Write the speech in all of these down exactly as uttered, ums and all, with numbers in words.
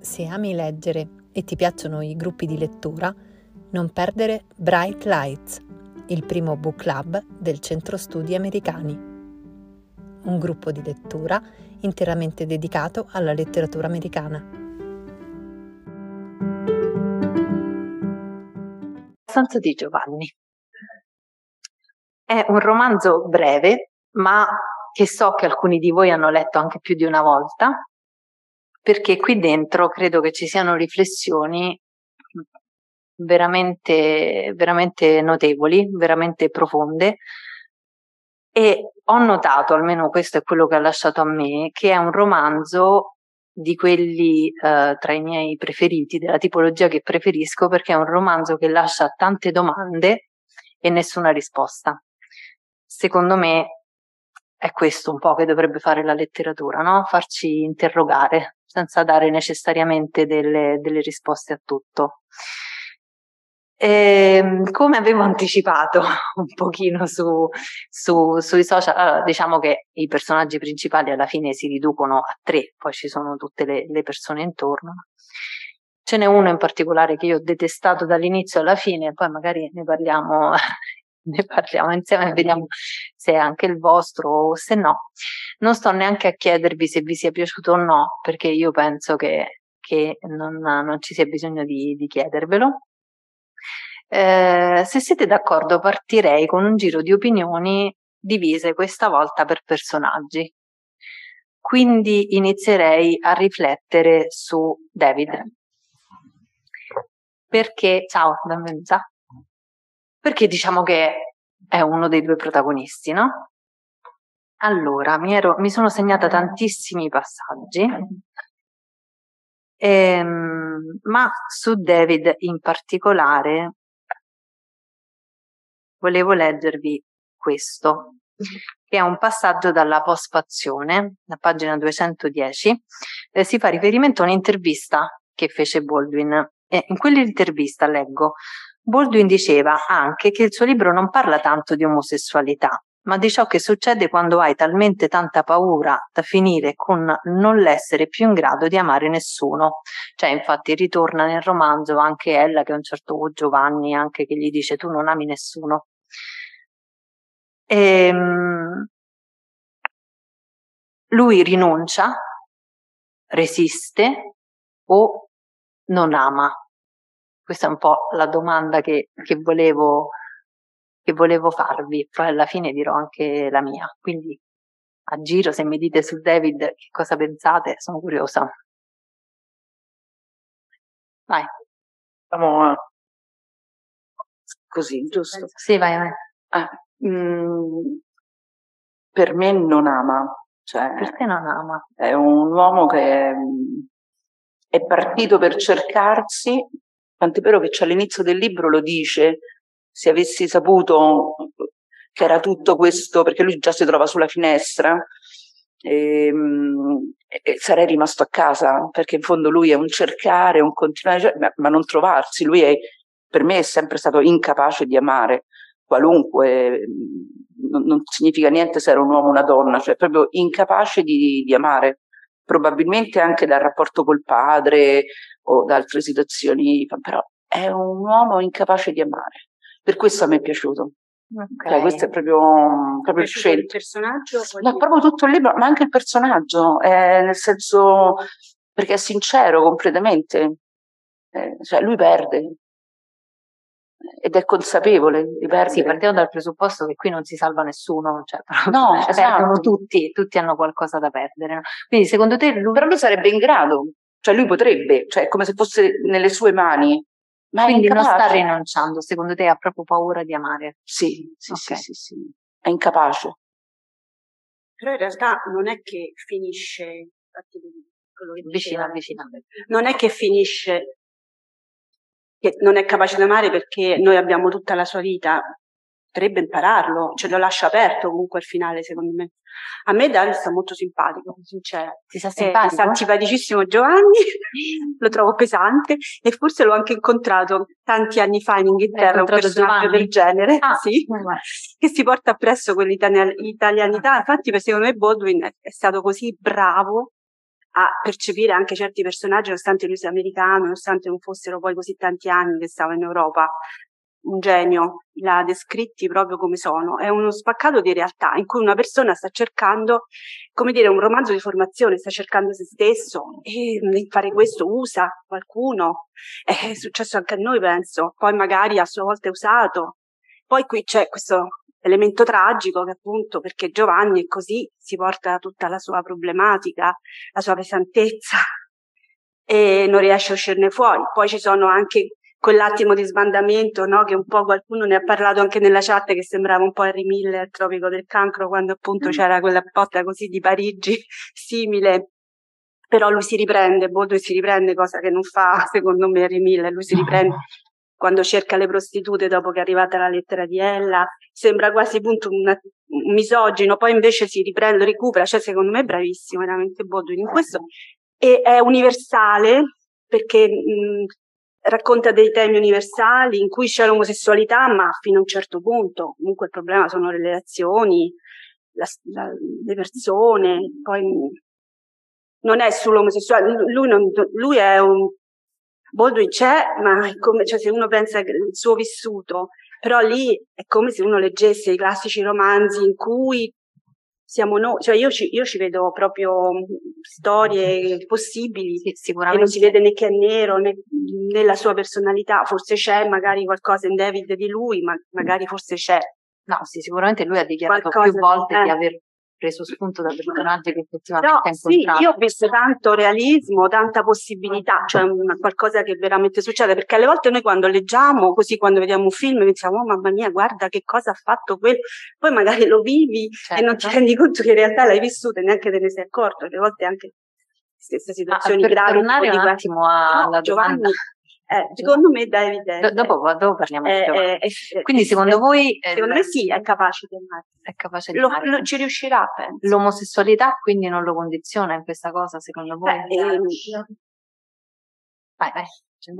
Se ami leggere e ti piacciono i gruppi di lettura, non perdere Bright Lights, il primo book club del Centro Studi Americani. Un gruppo di lettura interamente dedicato alla letteratura americana. Stanza di Giovanni. È un romanzo breve, ma che so che alcuni di voi hanno letto anche più di una volta, perché qui dentro credo che ci siano riflessioni veramente, veramente notevoli, veramente profonde, e ho notato, almeno questo è quello che ha lasciato a me, che è un romanzo di quelli eh, tra i miei preferiti, della tipologia che preferisco, perché è un romanzo che lascia tante domande e nessuna risposta. Secondo me è questo un po' che dovrebbe fare la letteratura, no? Farci interrogare senza dare necessariamente delle, delle risposte a tutto. E, come avevo anticipato un pochino su, su, sui social, allora, diciamo che i personaggi principali alla fine si riducono a tre, poi ci sono tutte le, le persone intorno. Ce n'è uno in particolare che io ho detestato dall'inizio alla fine, poi magari ne parliamo, ne parliamo insieme e vediamo se è anche il vostro o se no. Non sto neanche a chiedervi se vi sia piaciuto o no, perché io penso che, che non, non ci sia bisogno di, di chiedervelo. Eh, se siete d'accordo, partirei con un giro di opinioni divise questa volta per personaggi. Quindi inizierei a riflettere su David. Perché, ciao, benvenuta. Perché diciamo che è uno dei due protagonisti, no? Allora, mi, ero, mi sono segnata tantissimi passaggi, ehm, ma su David in particolare volevo leggervi questo, che è un passaggio dalla postfazione, la pagina duecentodieci, eh, si fa riferimento a un'intervista che fece Baldwin, e in quell'intervista leggo: Baldwin diceva anche che il suo libro non parla tanto di omosessualità, ma di ciò che succede quando hai talmente tanta paura da finire con non l'essere più in grado di amare nessuno. Cioè, infatti, ritorna nel romanzo anche Ella, che a un certo punto Giovanni, anche che gli dice tu non ami nessuno. Ehm, lui rinuncia, resiste o non ama? Questa è un po' la domanda che, che, volevo, che volevo farvi, poi alla fine dirò anche la mia. Quindi a giro, se mi dite su David che cosa pensate, sono curiosa. Vai. Siamo così, giusto? Sì, vai, vai. Ah, mm, per me non ama. Cioè, perché non ama? È un uomo che è, è partito per cercarsi, tant'è vero che c'è all'inizio del libro lo dice, se avessi saputo che era tutto questo, perché lui già si trova sulla finestra, e, e sarei rimasto a casa, perché in fondo lui è un cercare, un continuare, ma, ma non trovarsi. Lui è, per me è sempre stato incapace di amare qualunque, non, non significa niente se era un uomo o una donna, cioè proprio incapace di, di amare, probabilmente anche dal rapporto col padre o da altre situazioni, però è un uomo incapace di amare. Per questo a me è piaciuto. Okay. Cioè, questo è proprio, proprio il scelto. Il personaggio? No, proprio tutto il libro, ma anche il personaggio, eh, nel senso, perché è sincero completamente, eh, cioè lui perde ed è consapevole di perdere. Sì, partiamo dal presupposto che qui non si salva nessuno, cioè, no, cioè, esatto. Perdono tutti, tutti hanno qualcosa da perdere. No? Quindi secondo te lui... Però lui sarebbe in grado, cioè lui potrebbe, cioè come se fosse nelle sue mani. Ma quindi non sta rinunciando, secondo te ha proprio paura di amare? Sì, sì, okay. sì, sì, sì, è incapace. Però in realtà non è che finisce, quello che vicina, vicina. Non è che finisce, che non è capace di amare perché noi abbiamo tutta la sua vita, potrebbe impararlo, ce lo lascia aperto comunque al finale, secondo me. A me Dario sta molto simpatico, sincero. Ti sta simpatico? Eh, sta simpaticissimo Giovanni, lo trovo pesante e forse l'ho anche incontrato tanti anni fa in Inghilterra, un personaggio Giovanni? del genere, ah, sì, che si porta appresso quell'italianità. Infatti, secondo me Baldwin è stato così bravo a percepire anche certi personaggi, nonostante lui sia americano, nonostante non fossero poi così tanti anni che stava in Europa. Un genio, l'ha descritti proprio come sono. È uno spaccato di realtà in cui una persona sta cercando, come dire, un romanzo di formazione, sta cercando se stesso e nel fare questo usa qualcuno. È successo anche a noi, penso. Poi magari a sua volta è usato. Poi qui c'è questo elemento tragico che appunto perché Giovanni è così, si porta tutta la sua problematica, la sua pesantezza e non riesce a uscirne fuori. Poi ci sono anche quell'attimo di sbandamento, no? Che un po' qualcuno ne ha parlato anche nella chat, che sembrava un po' Henry Miller, Tropico del Cancro, quando appunto mm. c'era quella botta così di Parigi simile, però lui si riprende, Baldwin si riprende, cosa che non fa secondo me Henry Miller, lui si riprende quando cerca le prostitute dopo che è arrivata la lettera di Ella, sembra quasi appunto una, un misogino, poi invece si riprende, recupera, cioè secondo me è bravissimo veramente Baldwin in questo, e è universale perché mh, racconta dei temi universali in cui c'è l'omosessualità, ma fino a un certo punto. Comunque il problema sono le relazioni, la, la, le persone, poi non è sull'omosessualità, lui, non, lui è un... Baldwin c'è, ma è come, cioè se uno pensa al suo vissuto, però lì è come se uno leggesse i classici romanzi in cui siamo noi, cioè io ci, io ci vedo proprio storie possibili, sì, sicuramente. E non si vede né che è nero né, né la sua personalità, forse c'è magari qualcosa in David di lui, ma magari forse c'è. No, sì, sicuramente lui ha dichiarato qualcosa, più volte eh. di aver preso spunto da personaggi che effettivamente no, ha incontrato. Sì, io ho visto tanto realismo, tanta possibilità, cioè una, qualcosa che veramente succede, perché alle volte noi quando leggiamo, così quando vediamo un film, pensiamo, oh mamma mia, guarda che cosa ha fatto quello, poi magari lo vivi certo. E non ti rendi conto che in realtà l'hai vissuto e neanche te ne sei accorto, alle volte anche stesse situazioni ah, per gravi. tornare un attimo alla no, Giovanni, eh, secondo me David è, Do- dopo, dopo parliamo è, di Giovanni. È, è, quindi è, secondo è, voi secondo me sì, è capace di amare, è capace di lo, amare. Lo, ci riuscirà, penso. L'omosessualità quindi non lo condiziona in questa cosa, secondo voi? Eh, eh, vai vai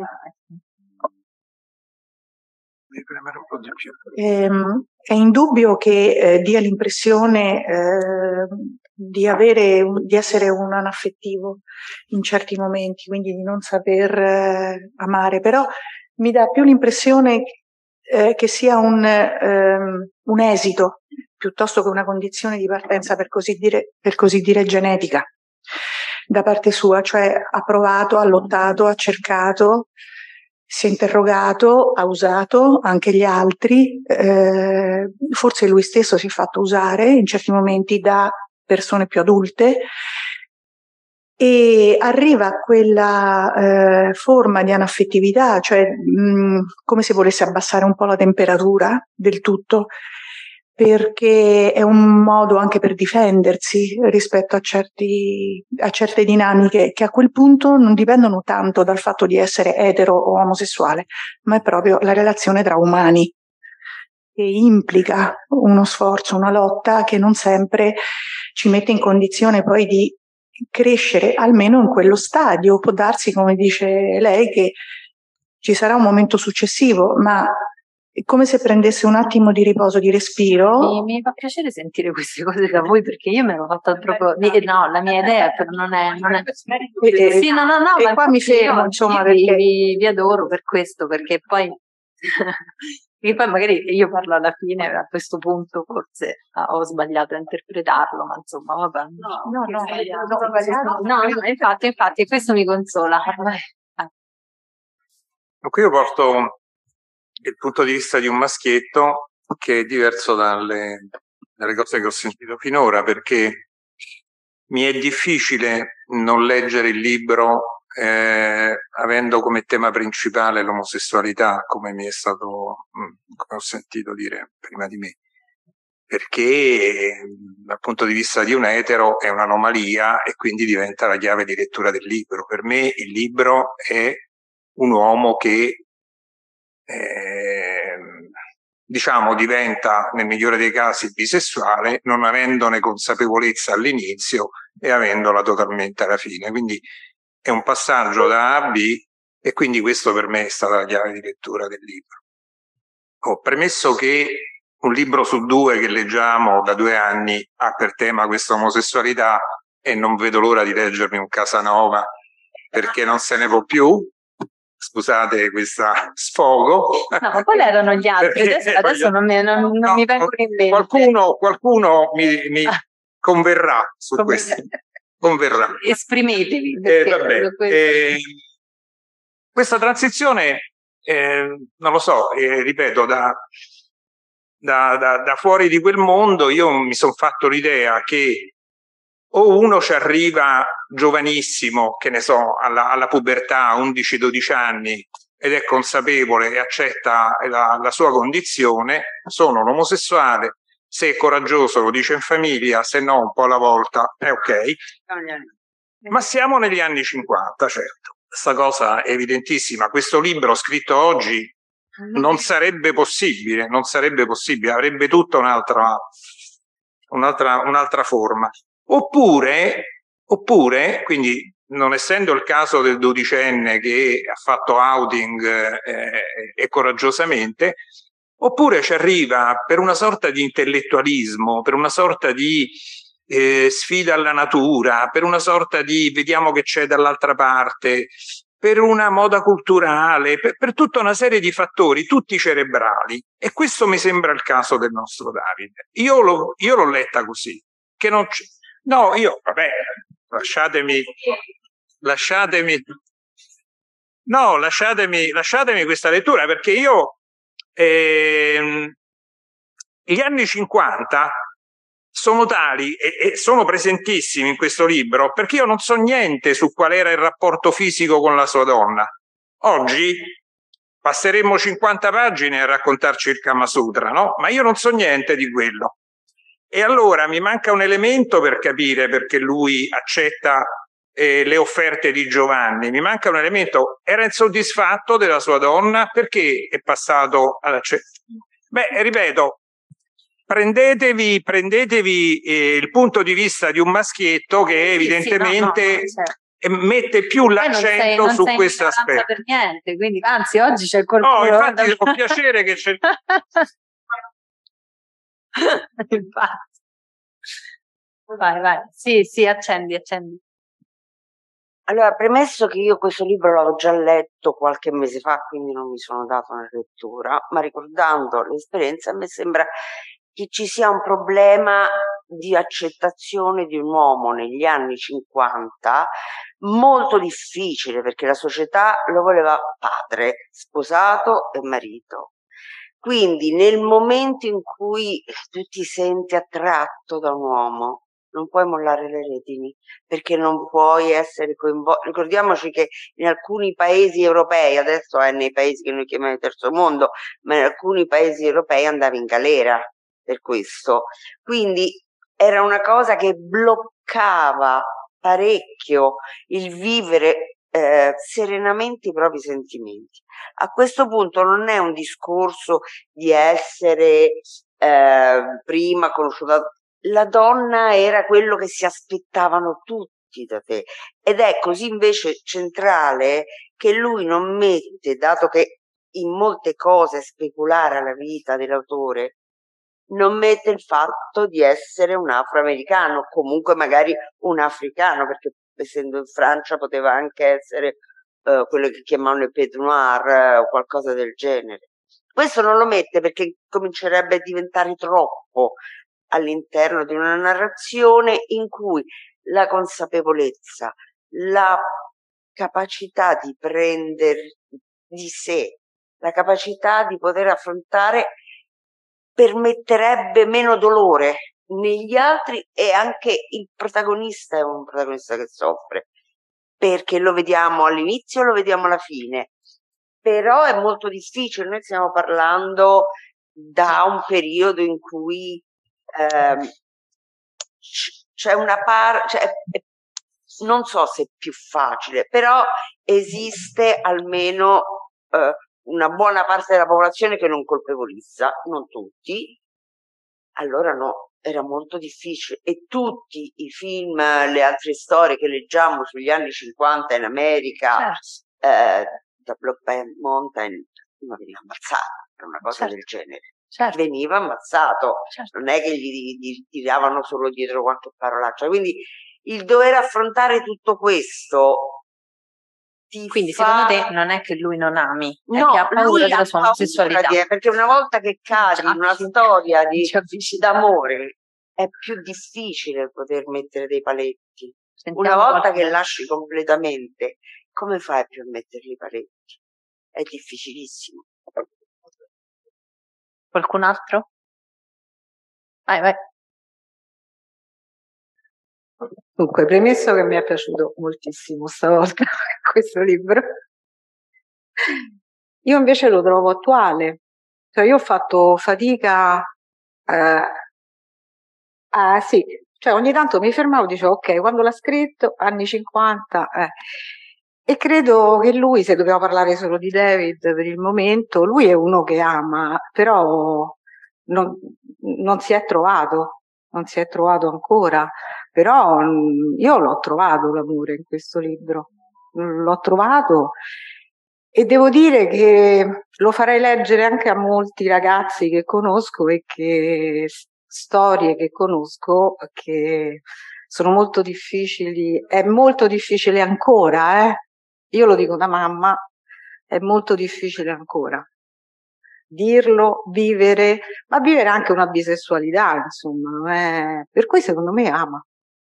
Eh, è indubbio che eh, dia l'impressione eh, di avere di essere un anaffettivo in certi momenti, quindi di non saper eh, amare, però mi dà più l'impressione eh, che sia un, ehm, un esito piuttosto che una condizione di partenza, per così dire, per così dire genetica da parte sua, cioè ha provato, ha lottato, ha cercato, si è interrogato, ha usato anche gli altri, eh, forse lui stesso si è fatto usare in certi momenti da persone più adulte e arriva a quella eh, forma di anaffettività, cioè mh, come se volesse abbassare un po' la temperatura del tutto, perché è un modo anche per difendersi rispetto a, certi, a certe dinamiche che a quel punto non dipendono tanto dal fatto di essere etero o omosessuale, ma è proprio la relazione tra umani, che implica uno sforzo, una lotta che non sempre ci mette in condizione poi di crescere, almeno in quello stadio. Può darsi, come dice lei, che ci sarà un momento successivo, ma è come se prendesse un attimo di riposo, di respiro. Mi, mi fa piacere sentire queste cose da voi, perché io me l'ho fatta proprio, no, la mia idea non è, non è... Sì, no, no, no, e ma qua mi fermo, insomma, vi, perché vi, vi adoro per questo, perché poi e poi magari io parlo alla fine, a questo punto forse ho sbagliato a interpretarlo, ma insomma vabbè. No, no, no, no, no, no, infatti, infatti questo mi consola. Qui io porto il punto di vista di un maschietto che è diverso dalle, dalle cose che ho sentito finora, perché mi è difficile non leggere il libro eh, avendo come tema principale l'omosessualità, come mi è stato, come ho sentito dire prima di me, perché dal punto di vista di un etero è un'anomalia e quindi diventa la chiave di lettura del libro. Per me il libro è un uomo che Eh, diciamo diventa nel migliore dei casi bisessuale, non avendone consapevolezza all'inizio e avendola totalmente alla fine, quindi è un passaggio da A a B e quindi questo per me è stata la chiave di lettura del libro. Ho premesso che un libro su due che leggiamo da due anni ha per tema questa omosessualità, e non vedo l'ora di leggermi un Casanova perché non se ne può più. Scusate questa sfogo. No, ma quali erano gli altri? Perché, adesso, adesso non, mi, non, non no, mi vengono in mente. Qualcuno, qualcuno mi, mi converrà su questo. Converrà. Esprimetevi. Eh, vabbè, eh, questa transizione, eh, non lo so, eh, ripeto, da, da, da, da fuori di quel mondo io mi sono fatto l'idea che o uno ci arriva giovanissimo, che ne so, alla, alla pubertà, undici dodici anni, ed è consapevole e accetta la, la sua condizione, sono un omosessuale, se è coraggioso lo dice in famiglia, se no un po' alla volta è ok. Ma siamo negli anni cinquanta, certo. Questa cosa è evidentissima. Questo libro scritto oggi non sarebbe possibile, non sarebbe possibile, avrebbe tutta un'altra un'altra un'altra forma. Oppure, oppure, quindi non essendo il caso del dodicenne che ha fatto outing eh, e coraggiosamente, oppure ci arriva per una sorta di intellettualismo, per una sorta di eh, sfida alla natura, per una sorta di vediamo che c'è dall'altra parte, per una moda culturale, per, per tutta una serie di fattori, tutti cerebrali. E questo mi sembra il caso del nostro Davide. Io l'ho, io l'ho letta così, che non c'è. No, io, vabbè, lasciatemi, lasciatemi, no, lasciatemi, lasciatemi questa lettura, perché io, ehm, gli anni cinquanta sono tali e, e sono presentissimi in questo libro, perché io non so niente su qual era il rapporto fisico con la sua donna. Oggi passeremmo cinquanta pagine a raccontarci il Kama Sutra, no? Ma io non so niente di quello. E allora mi manca un elemento per capire perché lui accetta eh, le offerte di Giovanni. Mi manca un elemento. Era insoddisfatto della sua donna? Perché è passato alla... Beh, ripeto, prendetevi, prendetevi eh, il punto di vista di un maschietto che evidentemente sì, sì, no, no, mette più l'accento su questo aspetto. Per niente, quindi anzi oggi c'è qualcuno... No, infatti da... ho piacere che c'è... Infatti. Vai, vai. Sì, sì, accendi, accendi. Allora, premesso che io questo libro l'avevo già letto qualche mese fa, quindi non mi sono dato una lettura, ma ricordando l'esperienza, a me sembra che ci sia un problema di accettazione di un uomo negli anni cinquanta molto difficile, perché la società lo voleva padre, sposato e marito. Quindi nel momento in cui tu ti senti attratto da un uomo, non puoi mollare le redini, perché non puoi essere coinvolto. Ricordiamoci che in alcuni paesi europei, adesso è nei paesi che noi chiamiamo il terzo mondo, ma in alcuni paesi europei andavi in galera per questo. Quindi era una cosa che bloccava parecchio il vivere Eh, serenamente i propri sentimenti. A questo punto non è un discorso di essere eh, prima conosciuta, la donna era quello che si aspettavano tutti da te, ed è così invece centrale che lui non mette, dato che in molte cose speculare la vita dell'autore, non mette il fatto di essere un afroamericano, comunque magari un africano, perché essendo in Francia poteva anche essere uh, quello che chiamavano il Pied Noir uh, o qualcosa del genere. Questo non lo mette perché comincerebbe a diventare troppo all'interno di una narrazione in cui la consapevolezza, la capacità di prendere di sé, la capacità di poter affrontare permetterebbe meno dolore negli altri, e anche il protagonista è un protagonista che soffre, perché lo vediamo all'inizio, lo vediamo alla fine, però è molto difficile. Noi stiamo parlando da un periodo in cui eh, c'è una parte, cioè, non so se è più facile, però esiste almeno eh, una buona parte della popolazione che non colpevolizza, non tutti. Allora no, era molto difficile, e tutti i film, le altre storie che leggiamo sugli anni cinquanta in America, certo, eh, da Brokeback Mountain, uno veniva ammazzato per una cosa certo del genere, certo, veniva ammazzato, certo, non è che gli, gli tiravano solo dietro qualche parolaccia. Quindi il dover affrontare tutto questo ti Quindi fa... secondo te non è che lui non ami, è No, che ha paura lui della ha sua paura omosessualità. di- perché una volta che cadi in una storia di d'amore è più difficile poter mettere dei paletti. Sentiamo Una volta qualcuno. che lasci completamente, come fai più a mettere i paletti? È difficilissimo. Qualcun altro? Vai, vai. Dunque, premesso che mi è piaciuto moltissimo stavolta questo libro, io invece lo trovo attuale. Cioè, io ho fatto fatica eh, a, sì, cioè ogni tanto mi fermavo e dicevo, ok, quando l'ha scritto, anni cinquanta, eh. E credo che lui, se dobbiamo parlare solo di David per il momento, lui è uno che ama, però non, non si è trovato, non si è trovato ancora, però mh, io l'ho trovato l'amore in questo libro, l'ho trovato e devo dire che lo farei leggere anche a molti ragazzi che conosco e che storie che conosco che sono molto difficili, è molto difficile ancora, eh? Io lo dico da mamma, è molto difficile ancora dirlo, vivere, ma vivere anche una bisessualità, insomma, non è... per cui secondo me ama.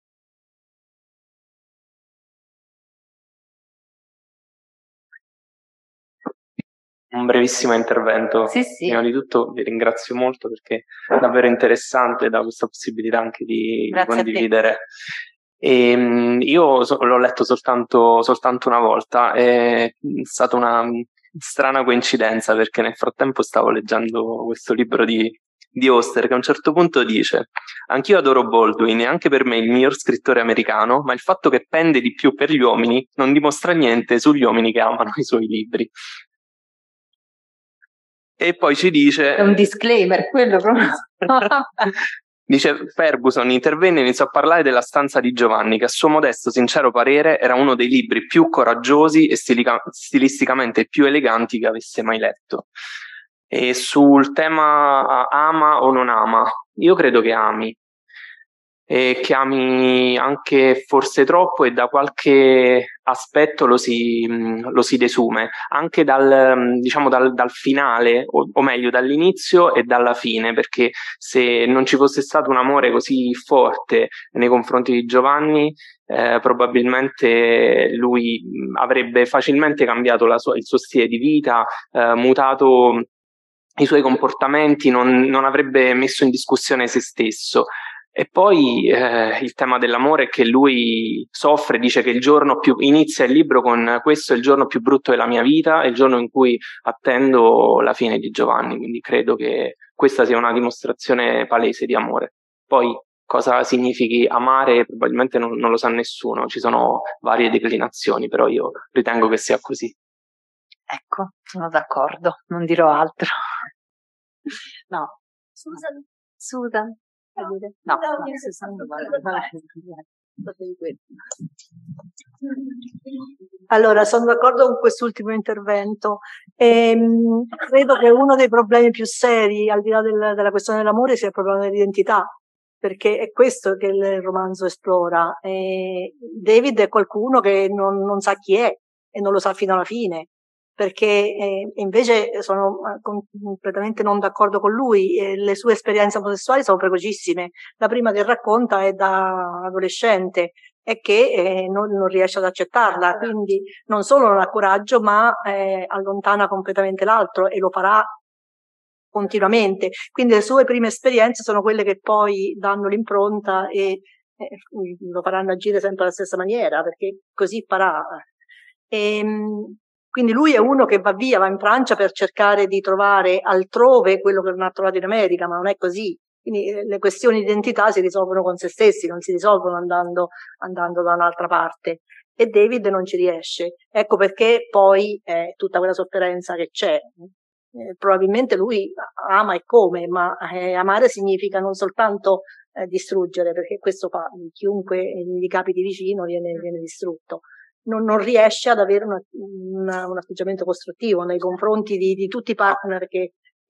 Un brevissimo intervento. Sì, sì. Prima di tutto vi ringrazio molto perché è davvero interessante, da questa possibilità anche di, di Grazie a te. condividere. E, mh, io so- l'ho letto soltanto, soltanto una volta, è stata una mh, strana coincidenza perché nel frattempo stavo leggendo questo libro di, di Auster che a un certo punto dice: anch'io adoro Baldwin, è anche per me il miglior scrittore americano, ma il fatto che pende di più per gli uomini non dimostra niente sugli uomini che amano i suoi libri. E poi ci dice... È un disclaimer, quello proprio. Dice Ferguson intervenne e iniziò a parlare della stanza di Giovanni, che a suo modesto sincero parere era uno dei libri più coraggiosi e stilica- stilisticamente più eleganti che avesse mai letto. E sul tema ama o non ama, io credo che ami, e che ami anche forse troppo, e da qualche aspetto lo si, mh, lo si desume, anche dal, mh, diciamo dal, dal finale, o, o meglio dall'inizio e dalla fine, perché se non ci fosse stato un amore così forte nei confronti di Giovanni, eh, probabilmente lui mh, avrebbe facilmente cambiato la sua, il suo stile di vita, eh, mutato i suoi comportamenti, non, non avrebbe messo in discussione se stesso. E poi eh, il tema dell'amore è che lui soffre, dice che il giorno più, inizia il libro con questo è il giorno più brutto della mia vita, è il giorno in cui attendo la fine di Giovanni, quindi credo che questa sia una dimostrazione palese di amore. Poi cosa significhi amare probabilmente non, non lo sa nessuno, ci sono varie declinazioni, però io ritengo che sia così. Ecco, sono d'accordo, non dirò altro. No. Susan. Susan. No, No, no, no, io Susan sono- non vale. Allora, sono d'accordo con quest'ultimo intervento. Ehm, credo che uno dei problemi più seri, al di là del- della questione dell'amore, sia il problema dell'identità, perché è questo che il romanzo esplora. E David è qualcuno che non, non sa chi è e non lo sa fino alla fine, perché eh, invece sono eh, com- completamente non d'accordo con lui. Eh, le sue esperienze omosessuali sono precocissime. La prima che racconta è da adolescente e che eh, non, non riesce ad accettarla, quindi non solo non ha coraggio, ma eh, allontana completamente l'altro e lo farà continuamente. Quindi le sue prime esperienze sono quelle che poi danno l'impronta e eh, lo faranno agire sempre alla stessa maniera, perché così farà. E, quindi lui è uno che va via, va in Francia per cercare di trovare altrove quello che non ha trovato in America, ma non è così. Quindi eh, le questioni di identità si risolvono con se stessi, non si risolvono andando, andando da un'altra parte. E David non ci riesce. Ecco perché poi eh, tutta quella sofferenza che c'è. Eh, probabilmente lui ama e come, ma eh, amare significa non soltanto eh, distruggere, perché questo fa, chiunque gli capiti vicino viene, viene distrutto. Non, non riesce ad avere una, una, un atteggiamento costruttivo nei confronti di, di tutti i partner che,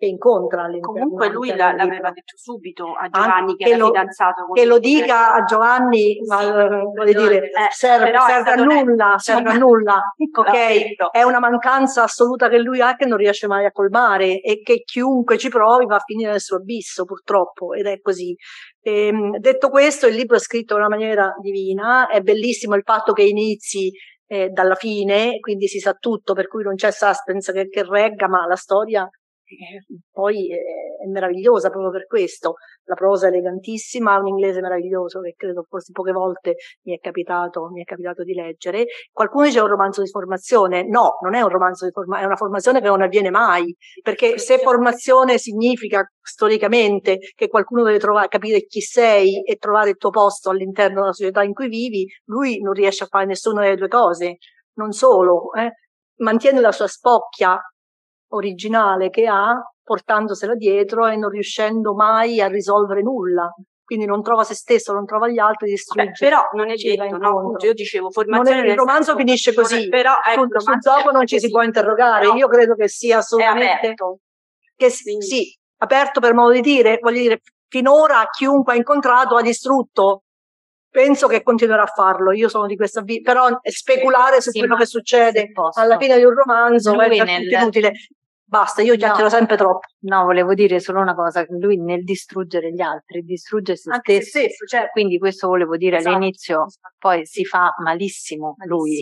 che incontra all'interno. Comunque lui all'interno la, del l'aveva libro. detto subito a Giovanni che, che era lo, fidanzato con che lo tutti. dica a Giovanni, ma Sì. vuol dire, Eh, serve, però è serve a stato nulla, onesto. serve a nulla, L'ha ok? detto. È una mancanza assoluta che lui ha che non riesce mai a colmare e che chiunque ci provi va a finire nel suo abisso, purtroppo, ed è così. Ehm, detto questo, il libro è scritto in una maniera divina, è bellissimo il fatto che inizi eh, dalla fine, quindi si sa tutto, per cui non c'è suspense che, che regga, ma la storia eh, poi è, è meravigliosa proprio per questo. La prosa è elegantissima, un inglese meraviglioso che credo forse poche volte mi è capitato, mi è capitato di leggere. Qualcuno dice è un romanzo di formazione, no, non è un romanzo di formazione, è una formazione che non avviene mai, perché se formazione significa storicamente che qualcuno deve trovare, capire chi sei e trovare il tuo posto all'interno della società in cui vivi, lui non riesce a fare nessuna delle due cose. Non solo, eh, mantiene la sua spocchia originale che ha, portandosela dietro e non riuscendo mai a risolvere nulla. Quindi non trova se stesso, non trova gli altri, distrugge. Beh, però non è detto, no, appunto, io dicevo formazione. Non è, il romanzo senso, finisce così, però ecco, sul, sul dopo non ci si può interrogare. no, Io credo che sia assolutamente aperto. Che, sì, aperto per modo di dire, voglio dire, finora chiunque ha incontrato ha distrutto. Penso che continuerà a farlo, io sono di questa vita, però speculare su Sì, quello ma che succede posso. alla fine di un romanzo Lui è già nel- tutto inutile. Basta, io chiacchiero No. sempre troppo. No, volevo dire solo una cosa, lui nel distruggerere gli altri, distrugge se Anche se stesso, stesso, certo. quindi questo volevo dire Esatto, all'inizio, esatto. poi si fa malissimo lui,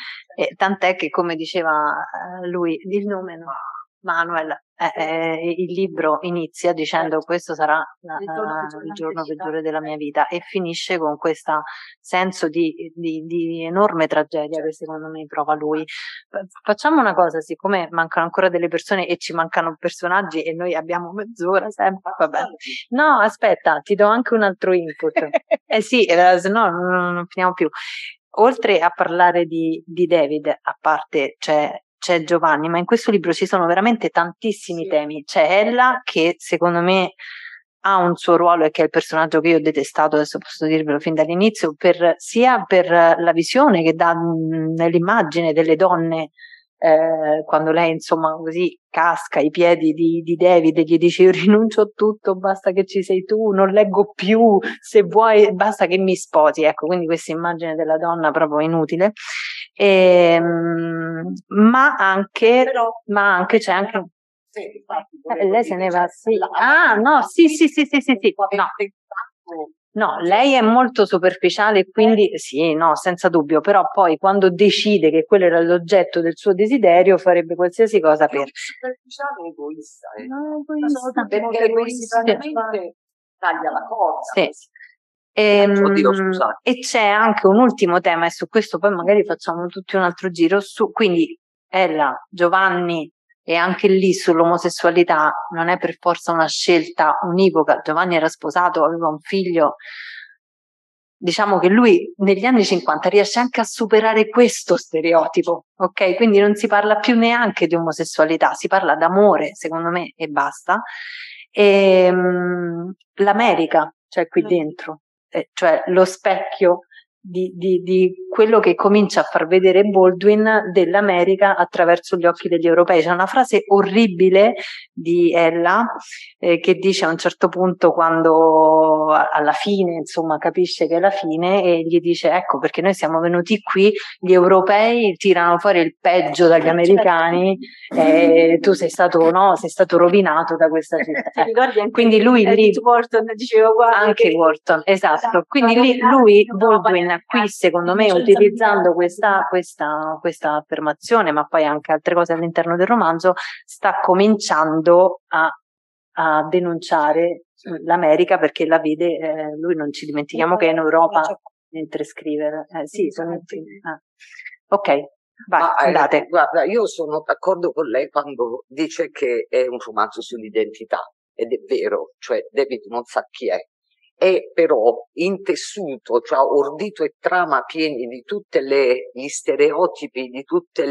e tant'è che come diceva eh, lui, il nome no, Manuel, eh, eh, il libro inizia dicendo questo sarà la- Il giorno la- peggiore il della giorno mia vita. peggiore della mia vita e finisce con questo senso di, di- di enorme tragedia che secondo me prova lui. Facciamo una cosa, siccome mancano ancora delle persone e ci mancano personaggi e noi abbiamo mezz'ora sempre, vabbè. No, aspetta, ti do anche un altro input. Eh sì, eh, se no non, non finiamo più. Oltre a parlare di, di David, a parte c'è, c'è Giovanni, ma in questo libro ci sono veramente tantissimi Sì. temi. C'è Ella che secondo me ha un suo ruolo e che è il personaggio che io ho detestato, adesso posso dirvelo fin dall'inizio, per, sia per la visione che dà mh, nell'immagine delle donne eh, quando lei insomma così casca ai piedi di, di David e gli dice io rinuncio a tutto, basta che ci sei tu, non leggo più, se vuoi basta che mi sposi, ecco, quindi questa immagine della donna proprio inutile. E, mh, ma anche, Però, ma anche c'è anche sì, infatti, eh, lei se ne va, sì. Ah, no, sì, sì, sì, sì, sì, sì. No. No, lei è molto superficiale, quindi sì, no, senza dubbio, però poi quando decide che quello era l'oggetto del suo desiderio farebbe qualsiasi cosa per... Superficiale e egoista. Eh. No, egoista. Perché egoisticamente taglia la corda. Sì. Ehm, Oddio, scusate. e c'è anche un ultimo tema, e su questo poi magari facciamo tutti un altro giro, su, quindi Ella, Giovanni, e anche lì sull'omosessualità non è per forza una scelta univoca. Giovanni era sposato, aveva un figlio. Diciamo che lui negli anni cinquanta riesce anche a superare questo stereotipo, ok? Quindi non si parla più neanche di omosessualità, si parla d'amore, secondo me, e basta. E, um, l'America, cioè qui dentro, eh, cioè lo specchio Di, di, di quello che comincia a far vedere Baldwin dell'America attraverso gli occhi degli europei. C'è una frase orribile di Ella eh, che dice a un certo punto, quando alla fine insomma capisce che è la fine, e gli dice ecco perché noi siamo venuti qui, gli europei tirano fuori il peggio dagli americani e tu sei stato, no, sei stato rovinato da questa città. Eh. Quindi lui lì Wharton diceva guarda anche che... Wharton, esatto, quindi lì lui Baldwin qui secondo me utilizzando questa, questa, questa affermazione ma poi anche altre cose all'interno del romanzo sta cominciando a, a denunciare l'America perché la vede, eh, lui non ci dimentichiamo che è in Europa mentre scrive, eh, sì, sono in ah. Ok, vai, Ma, eh, andate. guarda, io sono d'accordo con lei quando dice che è un romanzo sull'identità, ed è vero, cioè David non sa chi è, è però intessuto, cioè ordito e trama pieni di tutti gli stereotipi, di tutti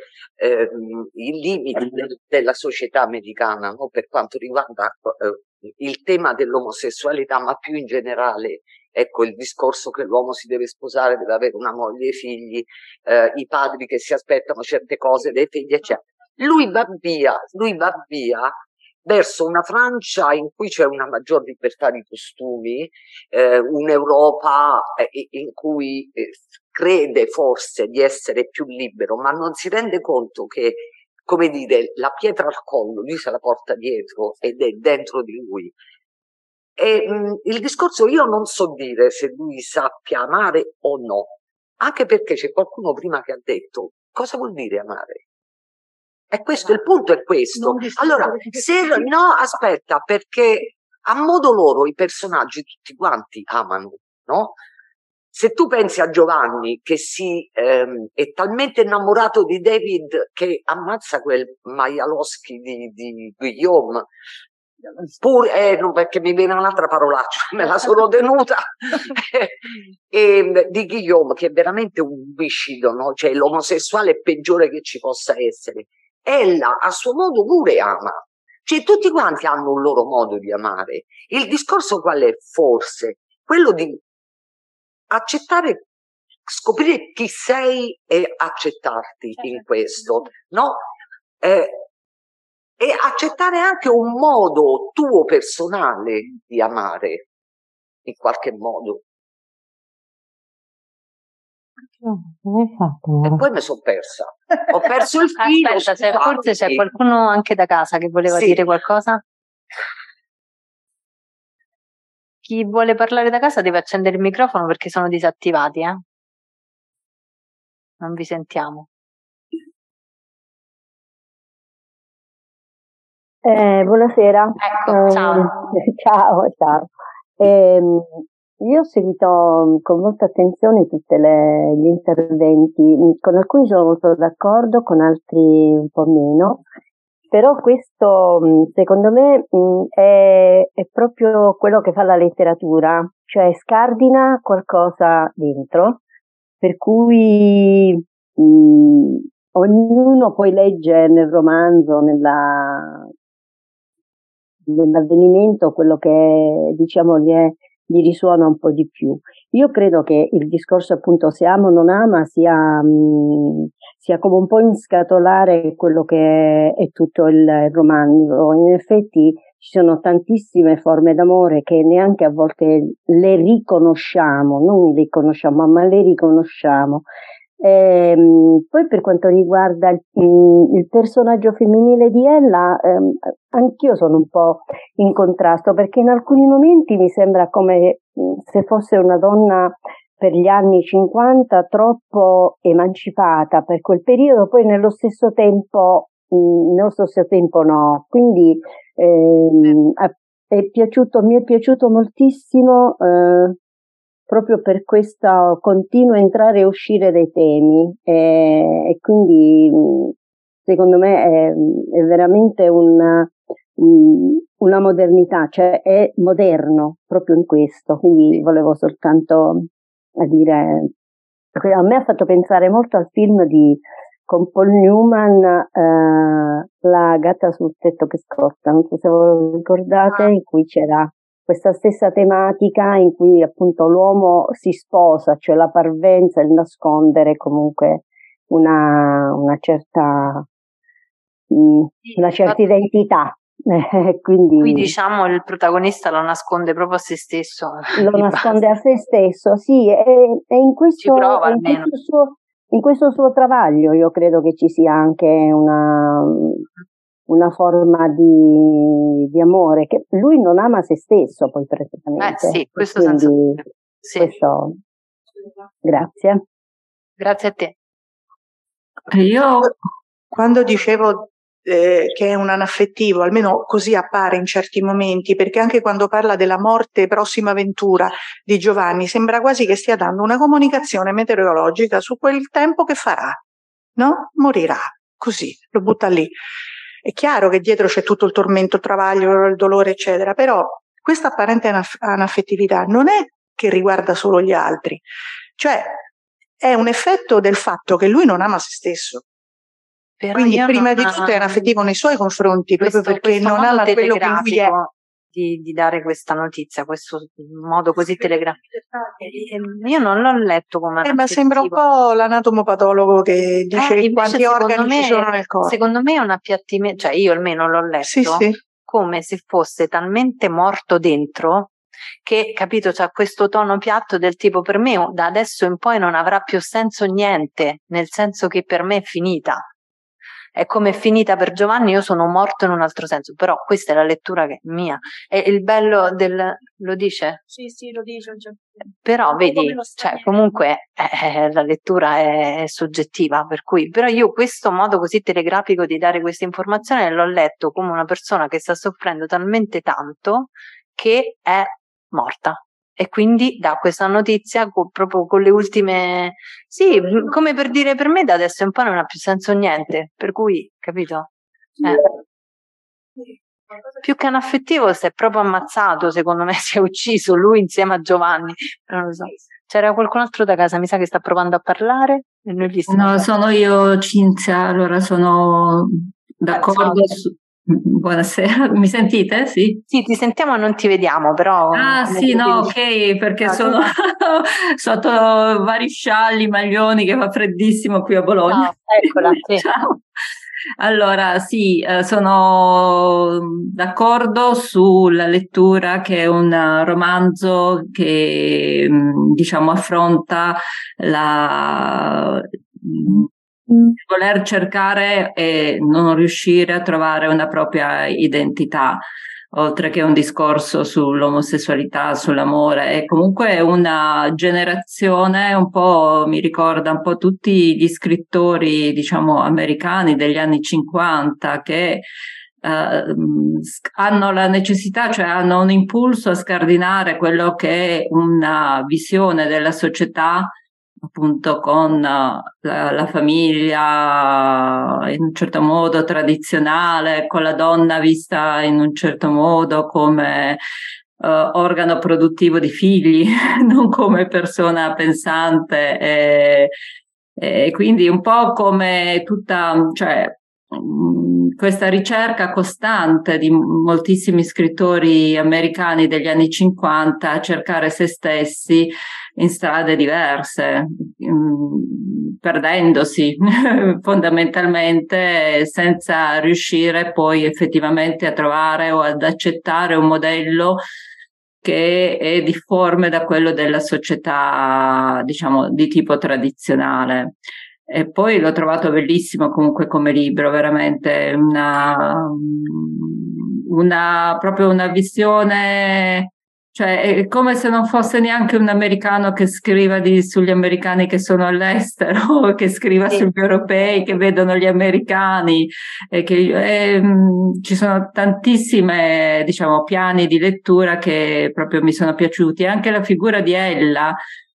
ehm, i limiti del, della società americana, no? Per quanto riguarda eh, il tema dell'omosessualità, ma più in generale, ecco, il discorso che l'uomo si deve sposare, deve avere una moglie e figli, eh, i padri che si aspettano certe cose dei figli, eccetera. Lui va via, lui va via verso una Francia in cui c'è una maggior libertà di costumi, eh, un'Europa eh, in cui eh, crede forse di essere più libero, ma non si rende conto che, come dire, la pietra al collo lui se la porta dietro ed è dentro di lui. E mh, il discorso, io non so dire se lui sappia amare o no, anche perché c'è qualcuno prima che ha detto cosa vuol dire amare. E questo, il punto è questo. Allora, se no, aspetta, perché a modo loro i personaggi tutti quanti amano, no? Se tu pensi a Giovanni che si ehm, è talmente innamorato di David che ammazza quel maialoschi di, di Guillaume, pure, eh, no, perché mi viene un'altra parolaccia, me la sono tenuta, e, di Guillaume, che è veramente un omicidio, no? Cioè l'omosessuale peggiore che ci possa essere. Ella a suo modo pure ama, cioè tutti quanti hanno un loro modo di amare. Il discorso qual è? Forse quello di accettare, scoprire chi sei e accettarti in questo, no? Eh, e accettare anche un modo tuo personale di amare, in qualche modo. E poi mi sono persa. Ho perso il filo. Aspetta, se forse c'è qualcuno anche da casa che voleva Sì. dire qualcosa? Chi vuole parlare da casa deve accendere il microfono perché sono disattivati, eh? Non vi sentiamo. Eh, buonasera. Ecco, ciao. Eh, ciao, ciao. Eh, io ho seguito con molta attenzione tutti gli interventi, con alcuni sono molto d'accordo, con altri un po' meno, però questo secondo me è, è proprio quello che fa la letteratura, cioè scardina qualcosa dentro, per cui mh, ognuno poi legge nel romanzo, nella, nell'avvenimento quello che diciamo gli, è, gli risuona un po' di più. Io credo che il discorso appunto se amo o non ama sia, mh, sia come un po' inscatolare quello che è tutto il romanzo. In effetti ci sono tantissime forme d'amore che neanche a volte le riconosciamo, non le conosciamo, ma le riconosciamo. Ehm, poi per quanto riguarda il, mh, il personaggio femminile di Ella, ehm, anch'io sono un po' in contrasto, perché in alcuni momenti mi sembra come mh, se fosse una donna per gli anni cinquanta troppo emancipata per quel periodo, poi nello stesso tempo mh, nello stesso tempo no, quindi ehm, è piaciuto, mi è piaciuto moltissimo eh, proprio per questo continuo entrare e uscire dai temi e, e quindi secondo me è, è veramente una, una modernità, cioè è moderno proprio in questo, quindi volevo soltanto a dire, a me ha fatto pensare molto al film di con Paul Newman, eh, La gatta sul tetto che scotta, non so se ve lo ricordate, in cui c'era questa stessa tematica in cui appunto l'uomo si sposa, cioè la parvenza, il nascondere comunque una, una certa, mh, una certa identità. Quindi, qui diciamo il protagonista lo nasconde proprio a se stesso. Lo nasconde base. a se stesso, sì, e, e in questo, ci prova, in questo suo, in questo suo travaglio io credo che ci sia anche una una forma di, di amore, che lui non ama se stesso poi praticamente. Eh sì, questo quindi, senza sì. Questo, grazie. Grazie a te. Io quando dicevo eh, che è un anaffettivo, almeno così appare in certi momenti, perché anche quando parla della morte prossima ventura di Giovanni, sembra quasi che stia dando una comunicazione meteorologica su quel tempo che farà, no? Morirà, così, lo butta lì. È chiaro che dietro c'è tutto il tormento, il travaglio, il dolore, eccetera, però questa apparente anaff- anaffettività non è che riguarda solo gli altri, cioè è un effetto del fatto che lui non ama se stesso. Però quindi prima di tutto è anaffettivo nei suoi confronti, questo, proprio perché non ama quello che lui è. Di, di dare questa notizia, questo modo così telegrafico. Io non l'ho letto come eh, ma sembra un po' l'anatomopatologo che dice eh, quanti organi me, ci sono nel corpo. Secondo me è un appiattimento, cioè io almeno l'ho letto sì, sì. come se fosse talmente morto dentro che, capito, c'ha questo tono piatto del tipo: per me da adesso in poi non avrà più senso niente, nel senso che per me è finita. È come è finita per Giovanni, io sono morto in un altro senso, però questa è la lettura che è mia. E il bello del... lo dice? Sì, sì, lo dice. Però vedi, cioè, comunque eh, la lettura è, è soggettiva, per cui, però io questo modo così telegrafico di dare questa informazione l'ho letto come una persona che sta soffrendo talmente tanto che è morta. E quindi dà questa notizia con, proprio con le ultime, sì, come per dire, per me da adesso in poi non ha più senso niente, per cui, capito? Eh. Più che un affettivo si è proprio ammazzato, secondo me si è ucciso lui insieme a Giovanni, non lo so. C'era qualcun altro da casa, mi sa che sta provando a parlare e noi gli stiamo... No, sono io Cinzia, allora sono d'accordo su... Buonasera, mi sentite? Sì? Sì, ti sentiamo e non ti vediamo, però... Ah sì, no, ok, perché ah, sono sotto vari scialli, maglioni, che fa freddissimo qui a Bologna. Ah, eccola, sì. Ciao. Allora, sì, eh, sono d'accordo sulla lettura, che è un romanzo che, diciamo, affronta la... voler cercare e non riuscire a trovare una propria identità, oltre che un discorso sull'omosessualità, sull'amore. E comunque una generazione, un po' mi ricorda un po' tutti gli scrittori, diciamo, americani degli anni cinquanta, che Uh, hanno la necessità, cioè hanno un impulso a scardinare quello che è una visione della società, appunto, con la, la famiglia in un certo modo tradizionale, con la donna vista in un certo modo come uh, organo produttivo di figli, non come persona pensante, e, e quindi un po' come tutta, cioè, questa ricerca costante di moltissimi scrittori americani degli anni cinquanta a cercare se stessi in strade diverse, perdendosi fondamentalmente, senza riuscire poi effettivamente a trovare o ad accettare un modello che è difforme da quello della società, diciamo, di tipo tradizionale. E poi l'ho trovato bellissimo comunque come libro, veramente una, una proprio una visione, cioè è come se non fosse neanche un americano che scriva di, sugli americani che sono all'estero, che scriva sì. sugli europei che vedono gli americani, e che e, ci sono tantissime, diciamo, piani di lettura che proprio mi sono piaciuti. Anche la figura di Ella,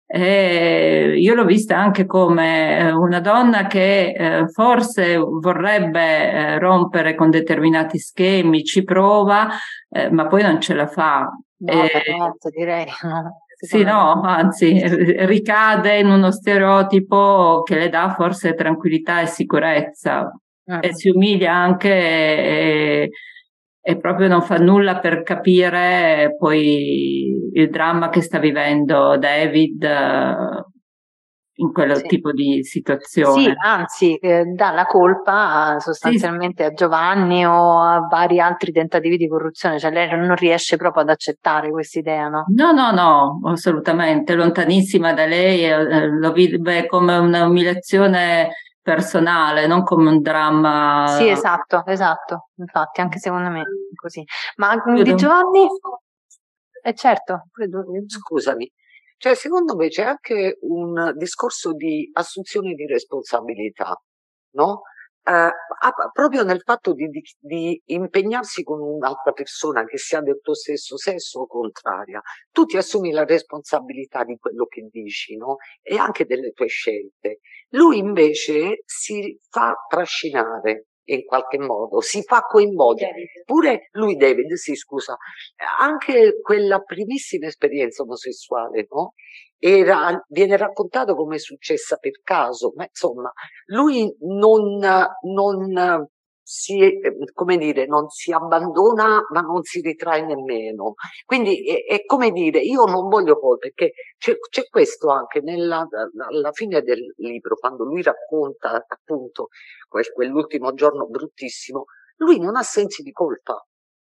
Eh, io l'ho vista anche come eh, una donna che eh, forse vorrebbe eh, rompere con determinati schemi, ci prova, eh, ma poi non ce la fa. No, eh, per niente, direi. No. Sì, no, anzi, ricade in uno stereotipo che le dà forse tranquillità e sicurezza, uh-huh. e si umilia anche e, e proprio non fa nulla per capire poi il dramma che sta vivendo David uh, in quel sì. tipo di situazione. Sì, anzi, eh, dà la colpa sostanzialmente sì. a Giovanni o a vari altri tentativi di corruzione, cioè lei non riesce proprio ad accettare questa idea, no? No, no, no, assolutamente, lontanissima da lei, eh, lo vive come un'umiliazione personale, non come un dramma. Sì, esatto, esatto, infatti anche secondo me è così. Ma credo. Di Giovanni? Eh certo, credo. Scusami, cioè secondo me c'è anche un discorso di assunzione di responsabilità, no? Eh, proprio nel fatto di, di, di impegnarsi con un'altra persona che sia del tuo stesso sesso o contraria, tu ti assumi la responsabilità di quello che dici, no? E anche delle tue scelte. Lui invece si fa trascinare in qualche modo, si fa coinvolgere. Pure lui, David, sì, scusa, anche quella primissima esperienza omosessuale, no? Era, viene raccontato come è successa per caso, ma insomma, lui non, non si, come dire, non si abbandona, ma non si ritrae nemmeno. Quindi è, è come dire, io non voglio poi, perché c'è, c'è questo anche nella, alla fine del libro, quando lui racconta appunto quel, quell'ultimo giorno bruttissimo, lui non ha sensi di colpa.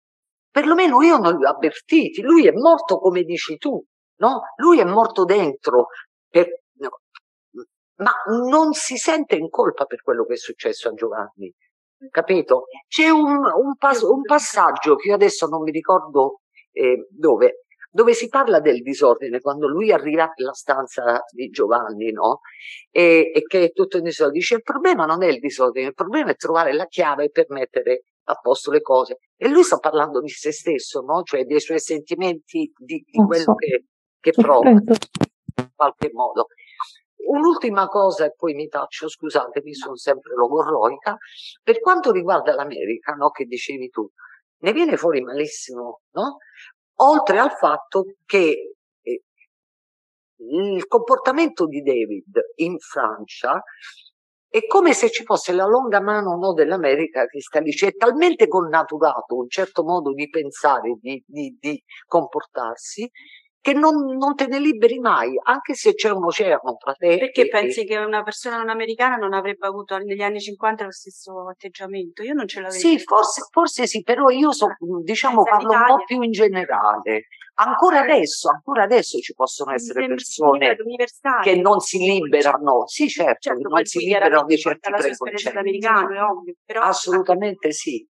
perlomeno io non li ho avvertiti. Lui è morto come dici tu, no? Lui è morto dentro, per, no, ma non si sente in colpa per quello che è successo a Giovanni, capito? C'è un, un, pas- un passaggio che io adesso non mi ricordo eh, dove, dove si parla del disordine, quando lui arriva nella stanza di Giovanni, no? E, e che è tutto in disordine, dice il problema non è il disordine, il problema è trovare la chiave per mettere a posto le cose. E lui sta parlando di se stesso, no? Cioè dei suoi sentimenti, di, di quello che, che prova in qualche modo. Un'ultima cosa e poi mi taccio, scusatemi, sono sempre logorroica. Per quanto riguarda l'America, no, che dicevi tu, ne viene fuori malissimo, no? Oltre al fatto che eh, il comportamento di David in Francia è come se ci fosse la longa mano, no, dell'America che sta lì, cioè è talmente connaturato un certo modo di pensare, di, di, di comportarsi, che non, non te ne liberi mai, anche se c'è un oceano tra te. Perché e, pensi che una persona non americana non avrebbe avuto negli anni cinquanta lo stesso atteggiamento? Io non ce l'avevo. Sì, forse, forse sì, però io so, diciamo, parlo un po' più in generale. Ancora adesso, ancora adesso ci possono essere persone che non si liberano. Sì, certo, certo non si liberano di certi la sua esperienza da americano, è ovvio, però assolutamente sì.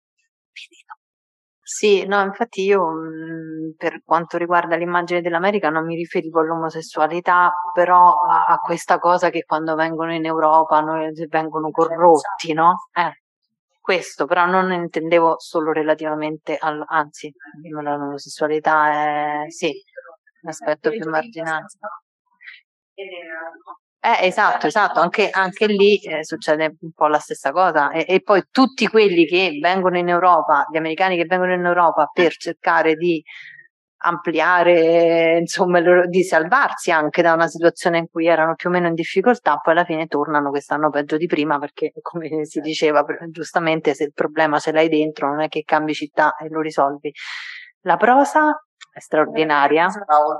Sì, no, infatti io mh, per quanto riguarda l'immagine dell'America non mi riferivo all'omosessualità, però a, a questa cosa che quando vengono in Europa noi, vengono corrotti, no? Eh, questo, però non intendevo solo relativamente al, anzi, l'omosessualità è sì, un aspetto più marginale. Eh, esatto, esatto, anche, anche lì eh, succede un po' la stessa cosa e, e poi tutti quelli che vengono in Europa, gli americani che vengono in Europa per cercare di ampliare, insomma, loro, di salvarsi anche da una situazione in cui erano più o meno in difficoltà, poi alla fine tornano che stanno peggio di prima perché, come si diceva giustamente, se il problema ce l'hai dentro non è che cambi città e lo risolvi. La prosa è straordinaria.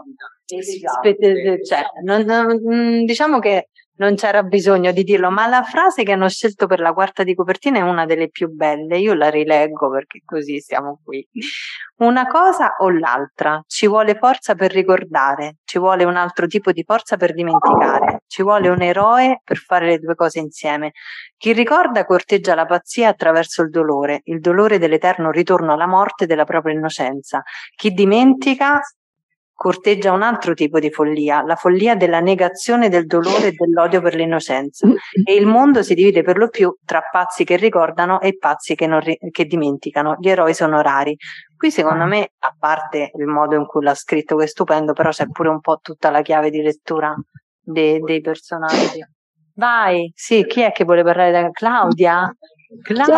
Cioè, non, non, diciamo che non c'era bisogno di dirlo, ma la frase che hanno scelto per la quarta di copertina è una delle più belle. Io la rileggo perché così siamo qui. Una cosa o l'altra, ci vuole forza per ricordare, ci vuole un altro tipo di forza per dimenticare, ci vuole un eroe per fare le due cose insieme. Chi ricorda corteggia la pazzia attraverso il dolore, il dolore dell'eterno ritorno alla morte della propria innocenza. Chi dimentica corteggia un altro tipo di follia, la follia della negazione del dolore e dell'odio per l'innocenza. E il mondo si divide per lo più tra pazzi che ricordano e pazzi che, non ri- che dimenticano. Gli eroi sono rari. Qui secondo me, a parte il modo in cui l'ha scritto che è stupendo, però c'è pure un po' tutta la chiave di lettura de- dei personaggi. Vai, sì, chi è che vuole parlare? Da Claudia? Claudia,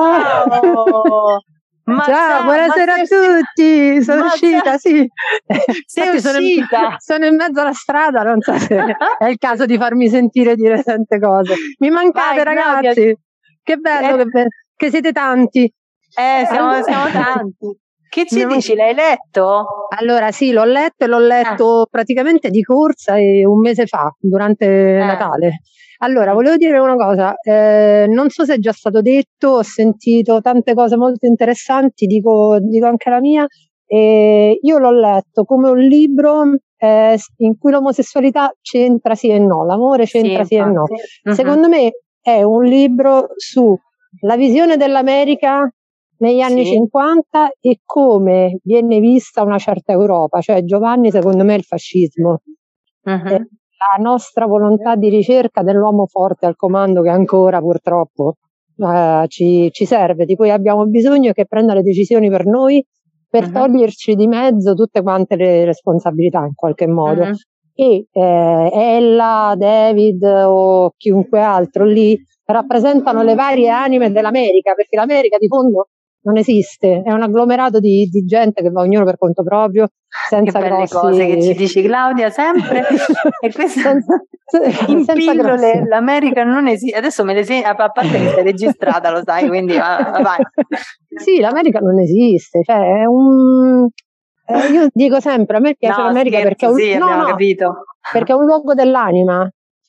ciao! Ma ciao, buonasera a tutti, sono uscita, sì. Sei sono, uscita? Sono in mezzo alla strada, non so se è il caso di farmi sentire dire tante cose. Mi mancate, vai, ragazzi, Claudia. Che bello, eh. che, be- che siete tanti. Eh, siamo, siamo tanti. Che ci Andiamo... dici, l'hai letto? Allora sì, l'ho letto e l'ho letto eh. praticamente di corsa e un mese fa, durante eh. Natale. Allora, volevo dire una cosa, eh, non so se è già stato detto, ho sentito tante cose molto interessanti, dico, dico anche la mia, e io l'ho letto come un libro eh, in cui l'omosessualità c'entra sì e no, l'amore c'entra sì, sì e no. Uh-huh. Secondo me è un libro sulla visione dell'America negli anni sì. cinquanta e come viene vista una certa Europa, cioè Giovanni secondo me è il fascismo. Uh-huh. Eh, la nostra volontà di ricerca dell'uomo forte al comando che ancora purtroppo eh, ci, ci serve, di cui abbiamo bisogno, che prenda le decisioni per noi, per uh-huh. toglierci di mezzo tutte quante le responsabilità in qualche modo. Uh-huh. E eh, Ella, David o chiunque altro lì rappresentano le varie anime dell'America, perché l'America di fondo non esiste, è un agglomerato di, di gente che va ognuno per conto proprio, senza che belle grossi... cose che ci dici, Claudia, sempre. E questo senza, in senza pillole, grossi. l'America non esiste. Adesso me le segno, a parte che sei registrata, lo sai, quindi va, vai. Sì, l'America non esiste, cioè è un... Eh, io dico sempre, a me piace no, l'America scherzo, perché è un... sì, no, abbiamo no, capito. Perché è un luogo dell'anima.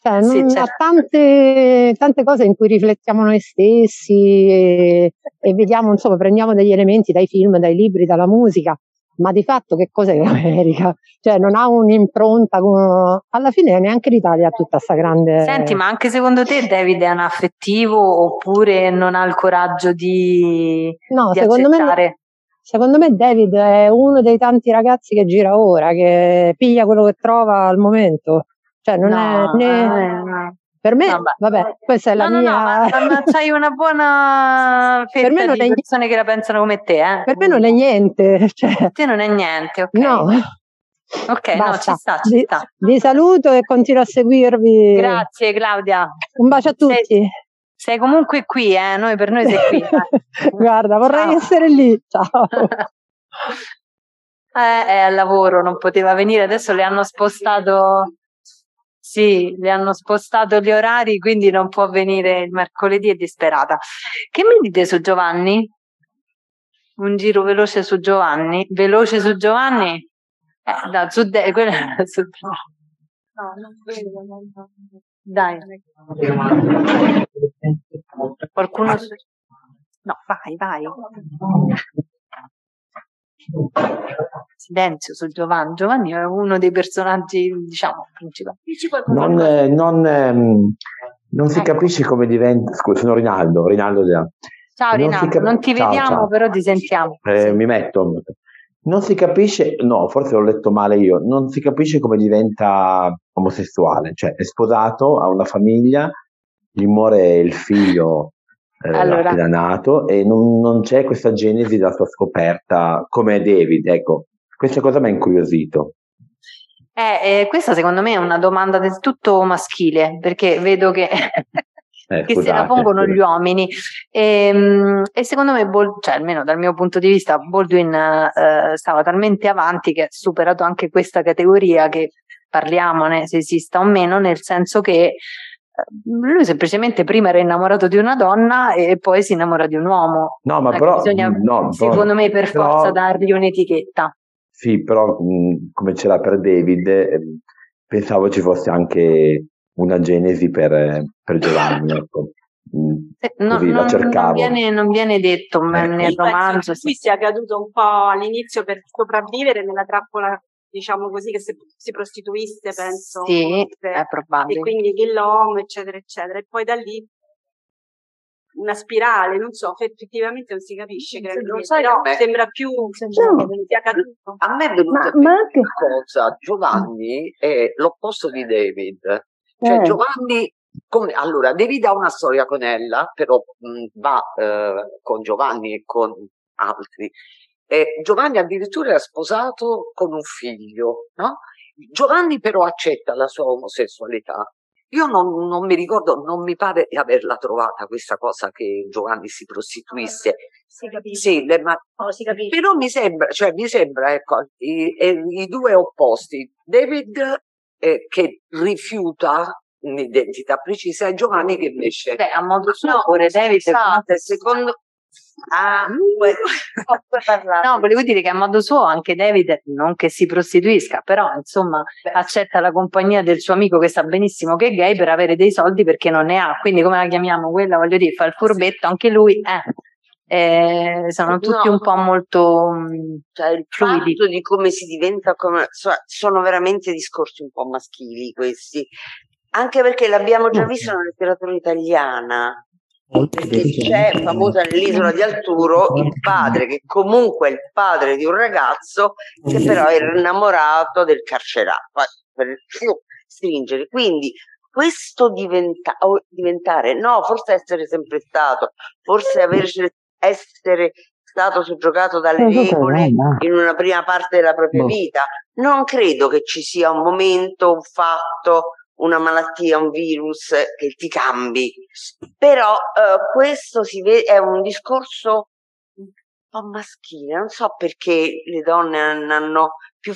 Cioè, non, Sì, ha certo. tante, tante cose in cui riflettiamo noi stessi e, e vediamo, insomma, prendiamo degli elementi dai film, dai libri, dalla musica, ma di fatto che cos'è l'America? Cioè, non ha un'impronta, come- alla fine neanche l'Italia ha tutta sta grande... Senti, ma anche secondo te David è anaffettivo oppure non ha il coraggio di, No, di secondo me, accettare? secondo me David è uno dei tanti ragazzi che gira ora, che piglia quello che trova al momento. Cioè, non è No, né... eh, no. Per me, Vabbè. vabbè, questa è la No, no, mia... no, ma, ma- ma c'hai una buona Per me fetta non di è ni- persone che la pensano come te, eh? Per me non è niente, cioè, Te non è niente, ok. no, Ok, no, ci basta. sta, ci Vi, sta. vi saluto e continuo a seguirvi. Grazie Claudia. Un bacio a Sei, tutti. sei comunque qui, eh? Noi, per noi sei qui. dai. Guarda, vorrei Ciao. essere lì. Ciao. Eh, è al lavoro, non poteva venire, adesso le hanno spostato, sì, le hanno spostato gli orari, quindi non può venire il mercoledì, è disperata. Che mi dite su Giovanni? Un giro veloce su Giovanni? Veloce su Giovanni? Eh, da, su de- quella- su- No, non vedo, non- Dai. Qualcuno su... No, vai, vai. Silenzio su Giovanni. Giovanni è uno dei personaggi, diciamo, principali. Non, eh, non, ehm, non si Ecco. capisce come diventa. Scusa, sono Rinaldo, Rinaldo già. Ciao Non si Rinaldo, cap- non ti ciao, vediamo, ciao. però ti sentiamo. Eh, Sì. Mi metto. Non si capisce, no, forse l'ho letto male io, non si capisce come diventa omosessuale, cioè è sposato, ha una famiglia, gli muore il figlio eh, Allora. appena nato e non, non c'è questa genesi della sua scoperta come David, ecco, questa cosa mi ha incuriosito. Eh, eh, questa secondo me è una domanda del tutto maschile, perché vedo che, Eh, che se la scusate, pongono scusa. gli uomini. E, e secondo me, Bol- cioè almeno dal mio punto di vista, Baldwin eh, stava talmente avanti che ha superato anche questa categoria, che parliamone se esista o meno, nel senso che eh, lui semplicemente prima era innamorato di una donna e poi si innamora di un uomo. No, ma Non è che però, bisogna, mh, no, però- secondo me, per però- forza dargli un'etichetta. Sì, però mh, come c'era per David, eh, pensavo ci fosse anche una genesi per, eh, per Giovanni, ecco. Mh, Eh, no- così la non, cercavo. non viene, non viene detto ma Ecco. nel Io penso romanzo. che qui sia caduto un po' all'inizio per sopravvivere nella trappola, diciamo così, che si, si prostituisse, penso. Sì, molte, è probabile. e quindi Gillom, eccetera, eccetera. E poi da lì una spirale, non so, effettivamente non si capisce, Sì, credo, lo sai, però a me- sembra più No. che sia caduto. A me è venuta Ma, ma anche... una cosa, Giovanni è l'opposto di David, cioè Eh. Giovanni, come, allora David ha una storia con Ella, però mh, va eh, con Giovanni e con altri, e Giovanni addirittura era sposato con un figlio, no? Giovanni però accetta la sua omosessualità. Io non, non mi ricordo, non mi pare di averla trovata questa cosa che Giovanni si prostituisse. Si capisce. Sì, le- ma Oh, si capisce. però mi sembra, cioè mi sembra, ecco, i, e- i due opposti. David eh, che rifiuta un'identità precisa e Giovanni che invece... Beh, a modo suo, No, pure David. scusate, secondo... Ah, No, volevo dire che a modo suo anche David, non che si prostituisca, però insomma accetta la compagnia del suo amico che sa benissimo che è gay per avere dei soldi perché non ne ha. Quindi come la chiamiamo quella, voglio dire, fa il furbetto, anche lui, eh. Eh, sono tutti No. un po' molto mh, Cioè, il fluidi. fatto di come si diventa, come, so- sono veramente discorsi un po' maschili questi, anche perché l'abbiamo già visto nella letteratura italiana, perché c'è famosa nell'Isola di Arturo il padre che comunque è il padre di un ragazzo che però era innamorato del carcerato, poi per il più stringere, quindi questo diventa, o diventare, no, forse essere sempre stato, forse aver, essere stato soggiogato dalle regole in una prima parte della propria vita, non credo che ci sia un momento, un fatto, una malattia, un virus che ti cambi, però eh, questo si vede, è un discorso un po' maschile, non so perché le donne hanno più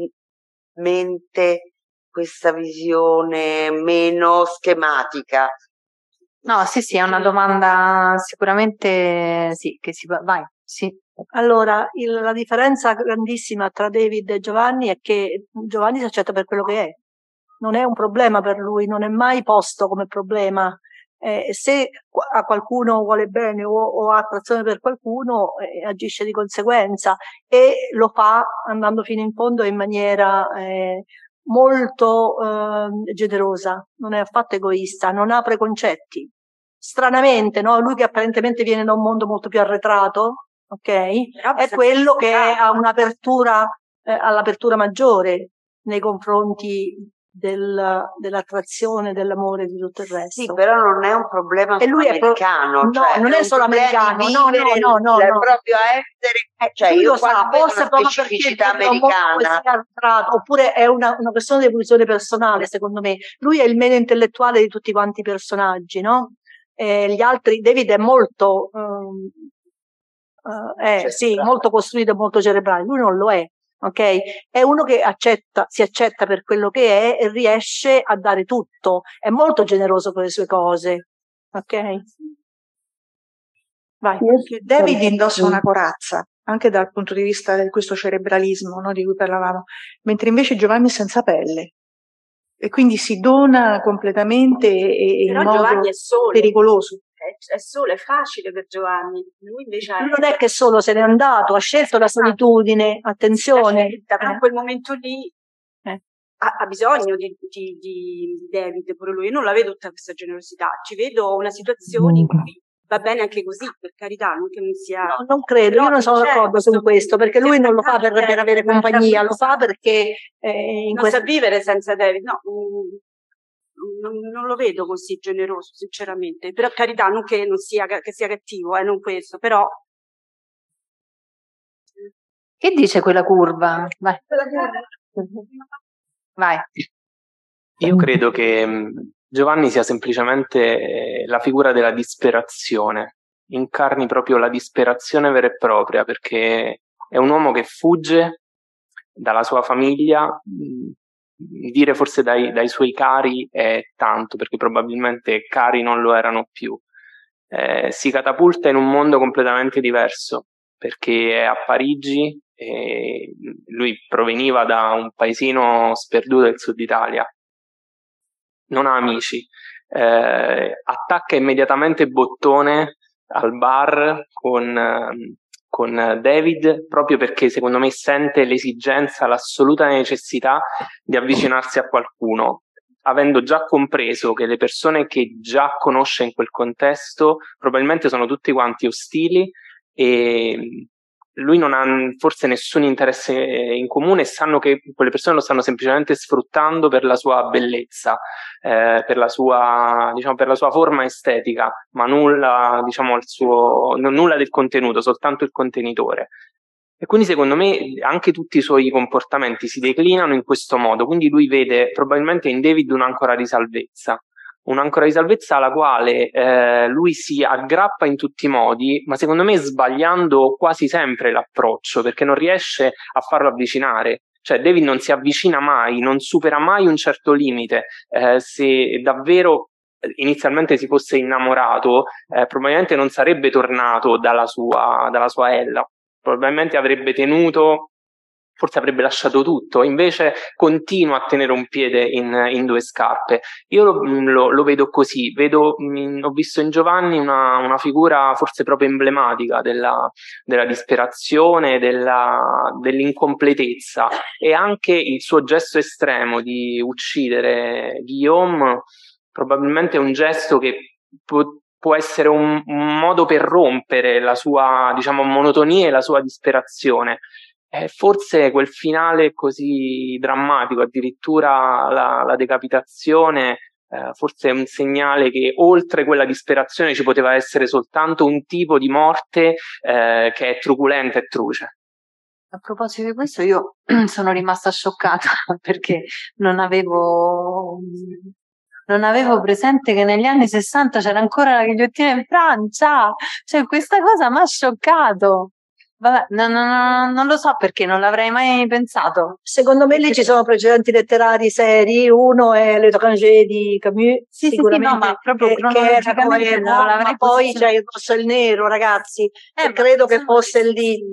facilmente questa visione meno schematica. No, sì, sì, è una domanda sicuramente sì, che si va, vai, sì. Allora, il- la differenza grandissima tra David e Giovanni è che Giovanni si accetta per quello che è. non è un problema per lui, non è mai posto come problema. Eh, se a qualcuno vuole bene o, o ha attrazione per qualcuno, eh, agisce di conseguenza e lo fa andando fino in fondo in maniera eh, molto eh, generosa, non è affatto egoista, non ha preconcetti. Stranamente, no? Lui che apparentemente viene da un mondo molto più arretrato, ok? È quello che ha un'apertura, eh, all'apertura maggiore nei confronti del, dell'attrazione, dell'amore, di tutto il resto. Sì, però non è un problema e lui americano. È pro- cioè no, non è, è solo americano, no, no, no, no, cioè no. proprio essere, eh, cioè lui io lo sa, forse proprio perché è americana. Arretrato, oppure è una, una questione di evoluzione personale, secondo me. Lui è il meno intellettuale di tutti quanti i personaggi, no? Eh, gli altri, David è molto, um, uh, è, sì, molto costruito e molto cerebrale, lui non lo è. Ok? È uno che accetta, si accetta per quello che è e riesce a dare tutto, è molto generoso con le sue cose, ok? Vai. David indossa una corazza, anche dal punto di vista di questo cerebralismo, no, di cui parlavamo, mentre invece Giovanni è senza pelle e quindi si dona completamente e, in modo Giovanni è solo. pericoloso. È solo, è facile per Giovanni. Lui invece lui non è che solo se n'è andato, ha scelto la solitudine, attenzione. Però in quel momento lì eh. ha, ha bisogno di, di, di David, pure lui. Io non la vedo tutta questa generosità, ci vedo una situazione in cui va bene anche così, per carità, non che non sia... No, non credo, però io non sono d'accordo su questo, perché lui non lo fa per, per avere compagnia, lo fa perché... Eh, in non questa... sa vivere senza David, no... Um, Non, non lo vedo così generoso, sinceramente. Per carità, non che non sia, che sia cattivo, eh, non questo, però. Che dice quella curva? Vai. Vai. Io credo che Giovanni sia semplicemente la figura della disperazione, incarni proprio la disperazione vera e propria, perché è un uomo che fugge dalla sua famiglia. Dire forse dai, dai suoi cari è tanto, perché probabilmente cari non lo erano più. Eh, si catapulta in un mondo completamente diverso, perché è a Parigi e lui proveniva da un paesino sperduto del sud Italia, non ha amici, eh, attacca immediatamente bottone al bar con... con David, proprio perché secondo me sente l'esigenza, l'assoluta necessità di avvicinarsi a qualcuno, avendo già compreso che le persone che già conosce in quel contesto probabilmente sono tutti quanti ostili e lui non ha forse nessun interesse in comune e sanno che quelle persone lo stanno semplicemente sfruttando per la sua bellezza, eh, per la sua, diciamo, per la sua forma estetica, ma nulla, diciamo, il suo, nulla del contenuto, soltanto il contenitore. E quindi secondo me anche tutti i suoi comportamenti si declinano in questo modo, quindi lui vede probabilmente in David un'ancora di salvezza, un'ancora di salvezza alla quale eh, lui si aggrappa in tutti i modi, ma secondo me sbagliando quasi sempre l'approccio, perché non riesce a farlo avvicinare. Cioè David non si avvicina mai, non supera mai un certo limite. Eh, se davvero inizialmente si fosse innamorato, eh, probabilmente non sarebbe tornato dalla sua, dalla sua Ella, probabilmente avrebbe tenuto, forse avrebbe lasciato tutto, invece continua a tenere un piede in, in due scarpe. Io lo, lo, lo vedo così, vedo, mh, ho visto in Giovanni una, una figura forse proprio emblematica della, della disperazione, della, dell'incompletezza, e anche il suo gesto estremo di uccidere Guillaume probabilmente è un gesto che può, può essere un, un modo per rompere la sua, diciamo, monotonia e la sua disperazione. Eh, forse quel finale così drammatico, addirittura la, la decapitazione, eh, forse è un segnale che oltre quella disperazione ci poteva essere soltanto un tipo di morte eh, che è truculenta e truce. A proposito di questo, io sono rimasta scioccata perché non avevo, non avevo presente che negli anni sessanta c'era ancora la ghigliottina in Francia. Cioè, questa cosa mi ha scioccato. Vabbè, no, no, no, non lo so perché non l'avrei mai pensato. Secondo me lì ci sono precedenti letterari seri. Uno è Le Étranger di Camus, sì, sicuramente, sì, sì, no, ma proprio che, che era come, non l'avrei ma poi c'è Il rosso e il nero, ragazzi, eh, e credo che fosse lì.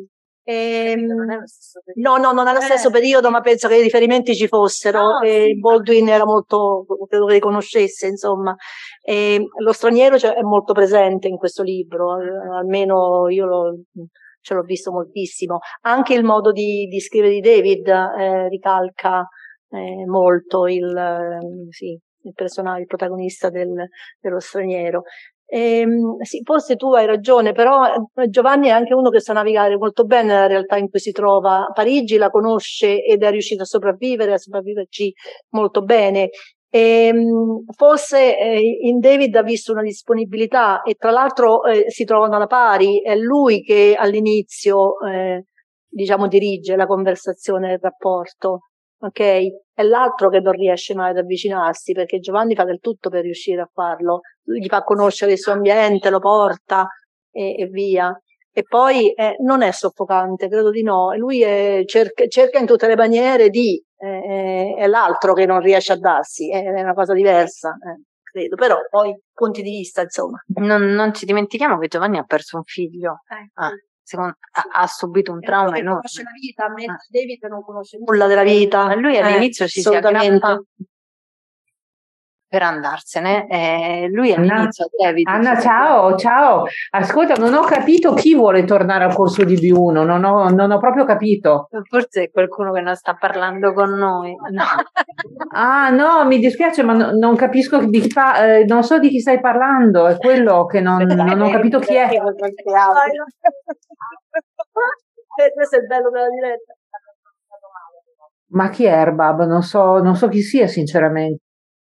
Ehm, non è lo stesso no, no, non è lo stesso Eh. periodo, ma penso che i riferimenti ci fossero. No, e sì. Baldwin era molto, credo che li conoscesse, insomma. E lo straniero cioè, è molto presente in questo libro, al- almeno io lo- ce l'ho visto moltissimo. Anche il modo di, di scrivere di David eh, ricalca eh, molto il, eh, sì, il personaggio, il protagonista del- dello straniero. Ehm, sì, forse tu hai ragione, però eh, Giovanni è anche uno che sa navigare molto bene nella realtà in cui si trova. Parigi la conosce ed è riuscito a sopravvivere, a sopravviverci molto bene. Ehm, forse eh, in David ha visto una disponibilità e tra l'altro eh, si trovano alla pari, è lui che all'inizio eh, diciamo dirige la conversazione, il rapporto, ok? È l'altro che non riesce mai ad avvicinarsi perché Giovanni fa del tutto per riuscire a farlo, gli fa conoscere il suo ambiente, lo porta e, e via. E poi eh, non è soffocante, credo di no, e lui è- cerca, cerca in tutte le maniere di, eh, è l'altro che non riesce a darsi, è una cosa diversa, eh, credo, però poi punti di vista, insomma. Non, non ci dimentichiamo che Giovanni ha perso un figlio, Eh, Ah, secondo- ha, ha subito un E trauma lui che enorme. conosce la vita, mentre Ah. David non conosce nulla della vita. Ma lui Eh, all'inizio ci si assolutamente. aggrappa per andarsene, e lui Anna, all'inizio David Anna, ci- ciao, ciao. Ascolta, non ho capito chi vuole tornare al corso di B uno, non ho, non ho proprio capito. Forse è qualcuno che non sta parlando con noi. No. Ah, no, mi dispiace, ma no- non capisco di chi fa, eh, non so di chi stai parlando, è quello che non, non ho capito chi è. Eh, questo è il bello della diretta. Ma chi è Erbab? Non so, non so chi sia, sinceramente.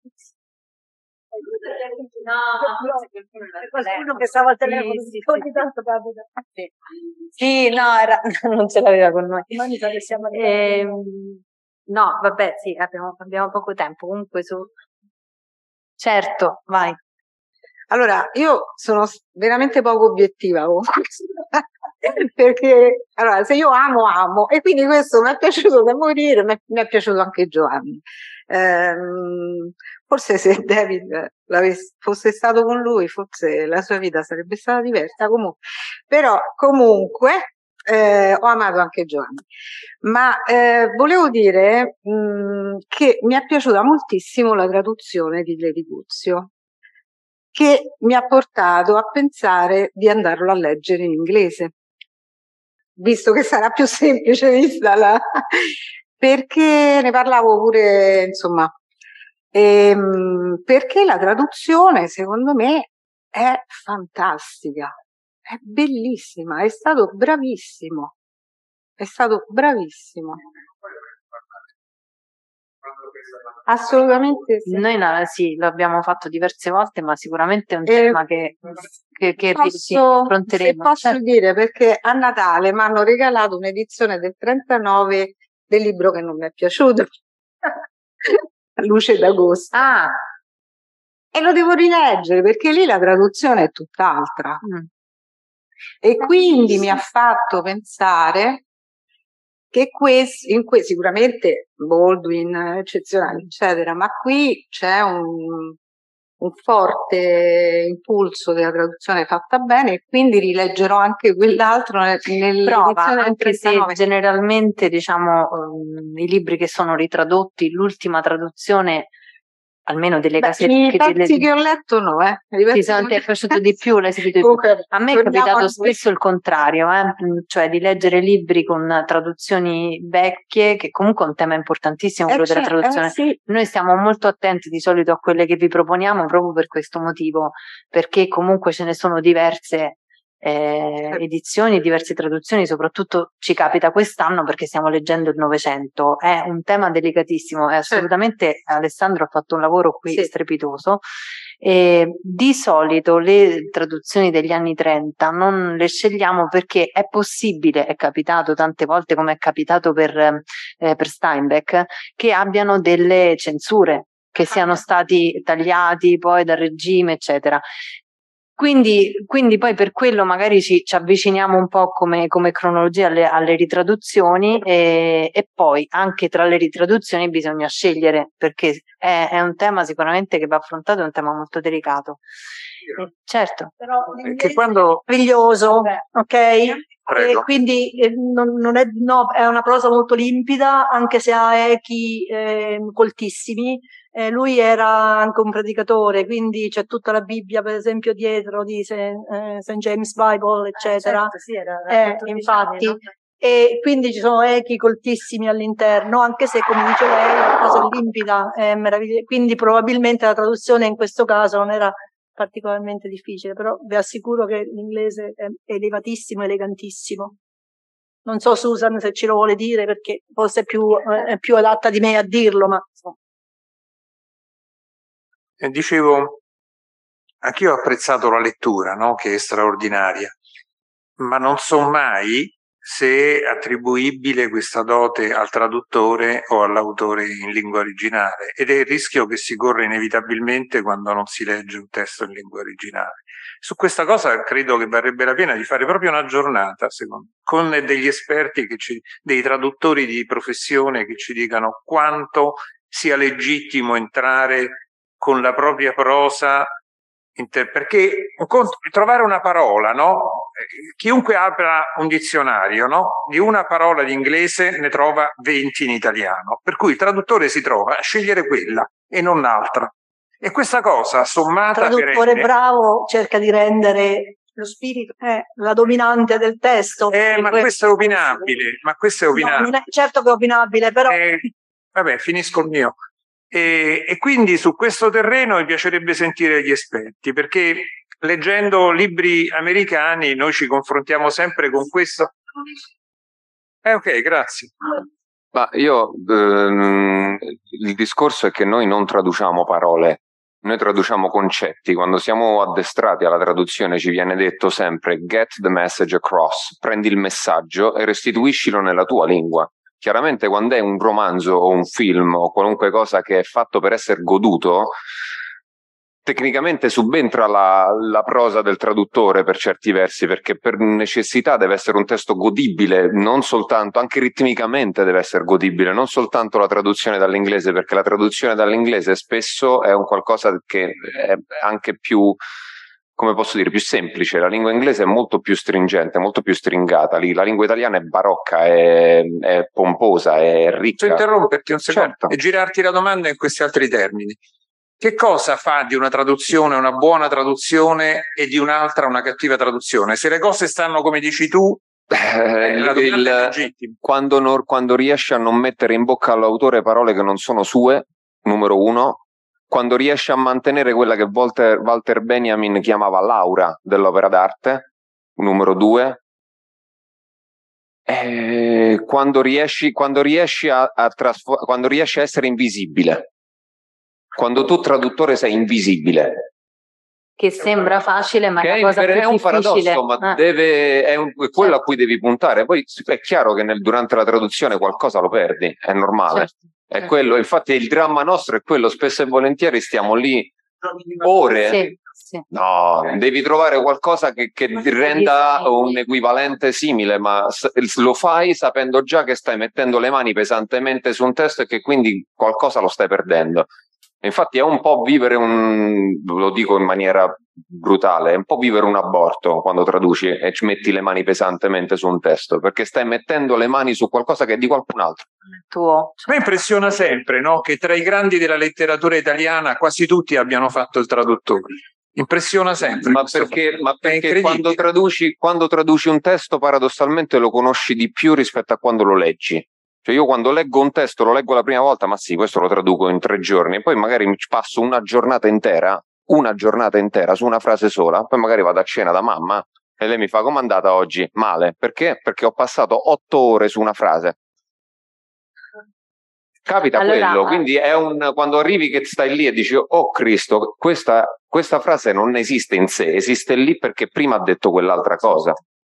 No, forse qualcuno C'è qualcuno che stava al telefono, Sì, sì, ogni sì. tanto capita. Sì. Sì, no, era, non ce l'aveva con noi. Ma mi sa che siamo arrivati. Ehm, no, vabbè, sì, abbiamo, abbiamo poco tempo. Comunque su. Certo, vai. Allora, io sono s- veramente poco obiettiva comunque, perché allora, se io amo, amo, e quindi questo mi è piaciuto da morire, mi è, mi è piaciuto anche Giovanni. Ehm, forse se David l'avesse- fosse stato con lui, forse la sua vita sarebbe stata diversa comunque, però comunque eh, ho amato anche Giovanni. Ma eh, volevo dire mh, che mi è piaciuta moltissimo la traduzione di Levi Guzio, che mi ha portato a pensare di andarlo a leggere in inglese, visto che sarà più semplice vista la... perché ne parlavo pure, insomma, ehm, perché la traduzione secondo me è fantastica, è bellissima, è stato bravissimo, è stato bravissimo. Assolutamente sì. Noi no, sì, lo abbiamo fatto diverse volte, ma sicuramente è un Eh, tema che, che, che ri- sì, Posso, se affronteremo. posso Certo. dire, perché a Natale mi hanno regalato un'edizione del trentanove del libro che non mi è piaciuto, Luce d'agosto, Ah, e lo devo rileggere perché lì la traduzione è tutt'altra. mm. E quindi mi ha fatto pensare che questo, in que- sicuramente Baldwin eccezionale, eccetera, ma qui c'è un, un forte impulso della traduzione fatta bene e quindi rileggerò anche quell'altro nel- Prova, nell'edizione del anche se trentanove. generalmente, diciamo, ehm, i libri che sono ritradotti, l'ultima traduzione, almeno delle Beh, casette i che delle- pezzi che ho letto no, eh. I Ti, pezzi sono, che ti ho è piaciuto di più, l'hai sentito di più. Comunque, A me è torniamo a capitato noi. spesso il contrario, eh, mm, cioè di leggere libri con traduzioni vecchie, che comunque è un tema importantissimo, Eh, quello della c'è- traduzione. eh, sì. Noi stiamo molto attenti di solito a quelle che vi proponiamo proprio per questo motivo, perché comunque ce ne sono diverse eh, edizioni, diverse traduzioni, soprattutto ci capita quest'anno perché stiamo leggendo il Novecento, è un tema delicatissimo e assolutamente Alessandro ha fatto un lavoro qui Sì. strepitoso. E di solito le traduzioni degli anni trenta non le scegliamo perché è possibile, è capitato tante volte come è capitato per, eh, per Steinbeck, che abbiano delle censure, che siano stati tagliati poi dal regime, eccetera. Quindi, quindi poi per quello magari ci, ci avviciniamo un po' come, come cronologia alle, alle ritraduzioni e, e poi anche tra le ritraduzioni bisogna scegliere, perché è, è un tema sicuramente che va affrontato, è un tema molto delicato. Eh, certo. Però che quando... è meraviglioso, ok? Prego. E quindi eh, non, non è, no, è una prosa molto limpida, anche se ha echi eh, coltissimi. Eh, lui era anche un predicatore, quindi c'è tutta la Bibbia, per esempio, dietro di Saint eh, James Bible, eccetera. certo, sì, era- Eh, era infatti, no? e quindi ci sono echi coltissimi all'interno, anche se, come dice lei, la cosa è limpida, è meravigliosa. Quindi probabilmente la traduzione in questo caso non era particolarmente difficile, però vi assicuro che l'inglese è elevatissimo, elegantissimo. Non so Susan se ce lo vuole dire, perché forse è più, eh, è più adatta di me a dirlo, ma insomma. E dicevo, anch'io ho apprezzato la lettura, no? Che è straordinaria, ma non so mai se è attribuibile questa dote al traduttore o all'autore in lingua originale, ed è il rischio che si corre inevitabilmente quando non si legge un testo in lingua originale. Su questa cosa credo che varrebbe la pena di fare proprio una giornata, secondo me, con degli esperti, che ci, dei traduttori di professione che ci dicano quanto sia legittimo entrare con la propria prosa, inter- perché un conto- trovare una parola, no? Chiunque apra un dizionario, no? Di una parola di inglese ne trova venti in italiano, per cui il traduttore si trova a scegliere quella e non l'altra. E questa cosa sommata Il traduttore perenne, bravo cerca di rendere lo spirito eh, la dominante del testo. eh, ma questo è opinabile, ma questo è No, opinabile. non è, certo che è opinabile, però Eh, vabbè, finisco il mio. E, e quindi su questo terreno mi piacerebbe sentire gli esperti, perché leggendo libri americani noi ci confrontiamo sempre con questo. Eh, ok, grazie. Ma io ehm, il discorso è che noi non traduciamo parole, noi traduciamo concetti. Quando siamo addestrati alla traduzione ci viene detto sempre get the message across, prendi il messaggio e restituiscilo nella tua lingua. Chiaramente quando è un romanzo o un film o qualunque cosa che è fatto per essere goduto, tecnicamente subentra la, la prosa del traduttore per certi versi, perché per necessità deve essere un testo godibile, non soltanto, anche ritmicamente deve essere godibile, non soltanto la traduzione dall'inglese, perché la traduzione dall'inglese spesso è un qualcosa che è anche più, come posso dire, più semplice. La lingua inglese è molto più stringente, molto più stringata. La lingua italiana è barocca, è, è pomposa, è ricca. Posso interromperti un secondo Certo. e girarti la domanda in questi altri termini? Che cosa fa di una traduzione una buona traduzione e di un'altra una cattiva traduzione? Se le cose stanno come dici tu, eh, la il, domanda è il, legittima. quando, non, quando riesce a non mettere in bocca all'autore parole che non sono sue, numero uno, quando riesce a mantenere quella che Walter, Walter Benjamin chiamava l'aura dell'opera d'arte, numero due, eh, quando riesci, quando riesci a, a trasfo- quando riesci a essere invisibile. Quando tu traduttore sei invisibile, Che sembra facile, ma che è è, la cosa è più un difficile. paradosso, ma Ah. deve, è, un, è quello a cui devi puntare. Poi è chiaro che nel, durante la traduzione qualcosa lo perdi, è normale. Certo, È certo. quello, infatti il dramma nostro è quello, spesso e volentieri stiamo lì ore. Sì, sì. No, devi trovare qualcosa che, che renda un equivalente simile, ma s- lo fai sapendo già che stai mettendo le mani pesantemente su un testo e che quindi qualcosa lo stai perdendo. Infatti è un po' vivere un, lo dico in maniera brutale, è un po' vivere un aborto quando traduci e ci metti le mani pesantemente su un testo, perché stai mettendo le mani su qualcosa che è di qualcun altro. Tuo. A me impressiona sempre, no, che tra i grandi della letteratura italiana quasi tutti abbiano fatto il traduttore. Impressiona sempre. Ma questo perché, fatto. ma È perché incredibile. quando traduci, quando traduci un testo paradossalmente lo conosci di più rispetto a quando lo leggi. Cioè io quando leggo un testo, lo leggo la prima volta, ma sì, questo lo traduco in tre giorni, poi magari mi passo una giornata intera, una giornata intera su una frase sola, poi magari vado a cena da mamma e lei mi fa: com'è andata oggi? Male. Perché? Perché ho passato otto ore su una frase. Capita Allora, quello, ah. quindi è un, quando arrivi che stai lì e dici: oh Cristo, questa, questa frase non esiste in sé, esiste lì perché prima ha detto quell'altra cosa.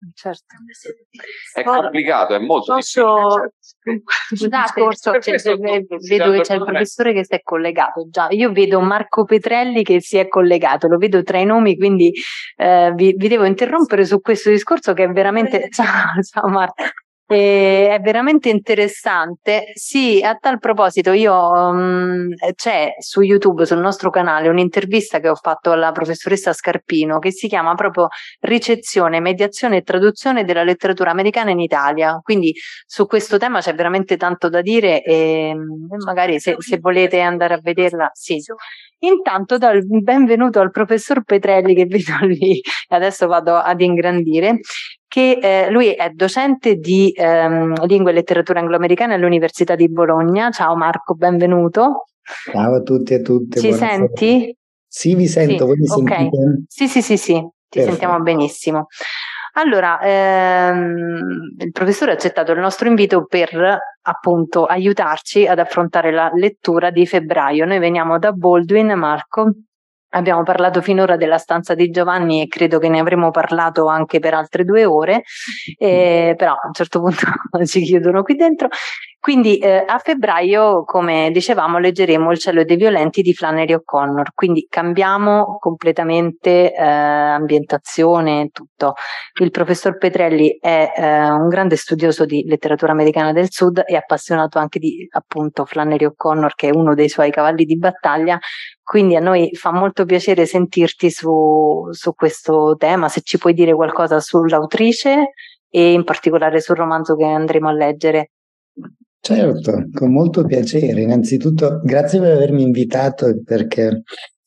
certo. È complicato, è molto Posso... Scusate, cioè, cioè, vedo che c'è il professore che si è collegato già. Io vedo Marco Petrelli che si è collegato, lo vedo tra i nomi, quindi eh, vi, vi devo interrompere su questo discorso che è veramente... Ciao, ciao Marco. E è veramente interessante. Sì, a tal proposito, io um, c'è su YouTube, sul nostro canale, un'intervista che ho fatto alla professoressa Scarpino che si chiama proprio Ricezione, mediazione e traduzione della letteratura americana in Italia. Quindi su questo tema c'è veramente tanto da dire e magari se, se volete andare a vederla, sì. Intanto do il benvenuto al professor Petrelli che vedo lì, adesso vado ad ingrandire, che eh, lui è docente di ehm, lingua e letteratura angloamericana all'Università di Bologna. Ciao Marco, benvenuto. Ciao a tutti e a tutte. Ci buonasera. senti? Sì, vi sento, Sì, voi mi ok. sentite? Sì, sì, sì, sì, ti Perfetto. sentiamo benissimo. Allora, ehm, il professore ha accettato il nostro invito per appunto aiutarci ad affrontare la lettura di febbraio. Noi veniamo da Baldwin, Marco. Abbiamo parlato finora della stanza di Giovanni e credo che ne avremo parlato anche per altre due ore, eh, però a un certo punto ci chiudono qui dentro. Quindi eh, a febbraio, come dicevamo, leggeremo Il cielo dei violenti di Flannery O'Connor, quindi cambiamo completamente eh, ambientazione e tutto. Il professor Petrelli è eh, un grande studioso di letteratura americana del Sud e appassionato anche di appunto Flannery O'Connor, che è uno dei suoi cavalli di battaglia, quindi a noi fa molto piacere sentirti su, su questo tema, se ci puoi dire qualcosa sull'autrice e in particolare sul romanzo che andremo a leggere. Certo, con molto piacere. Innanzitutto, grazie per avermi invitato perché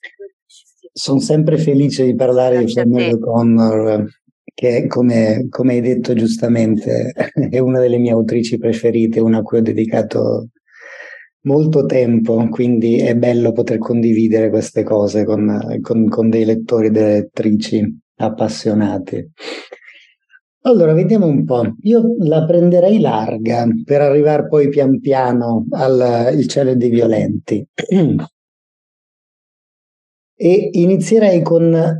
sono sempre felice di parlare di Flannery O'Connor, che come, come hai detto giustamente è una delle mie autrici preferite, una a cui ho dedicato molto tempo, quindi è bello poter condividere queste cose con, con, con dei lettori e delle lettrici appassionati. Allora, vediamo un po'. Io la prenderei larga per arrivare poi pian piano al Il cielo dei violenti. E inizierei con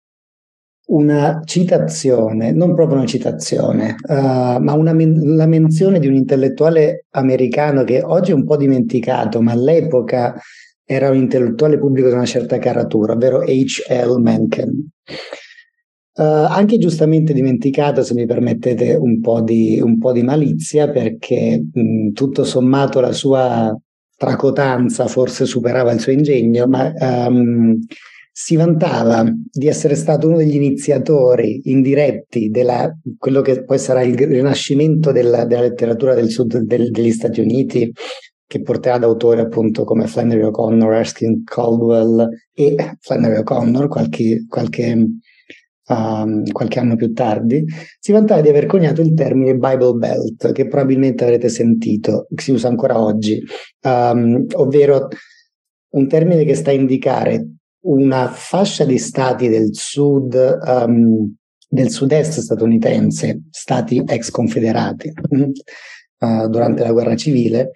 una citazione, non proprio una citazione, uh, ma una, men- una menzione di un intellettuale americano che oggi è un po' dimenticato, ma all'epoca era un intellettuale pubblico di una certa caratura, ovvero H L Mencken. Uh, anche giustamente dimenticato, se mi permettete un po' di, un po' di malizia, perché mh, tutto sommato la sua tracotanza forse superava il suo ingegno, ma um, si vantava di essere stato uno degli iniziatori indiretti della quello che poi sarà il rinascimento della, della letteratura del sud del, degli Stati Uniti, che porterà ad autori appunto come Flannery O'Connor, Erskine Caldwell e Flannery O'Connor qualche, qualche Um, qualche anno più tardi. Si vantava di aver coniato il termine Bible Belt, che probabilmente avrete sentito, che si usa ancora oggi, um, ovvero un termine che sta a indicare una fascia di stati del sud, um, del sud-est statunitense, stati ex confederati, uh, durante la guerra civile,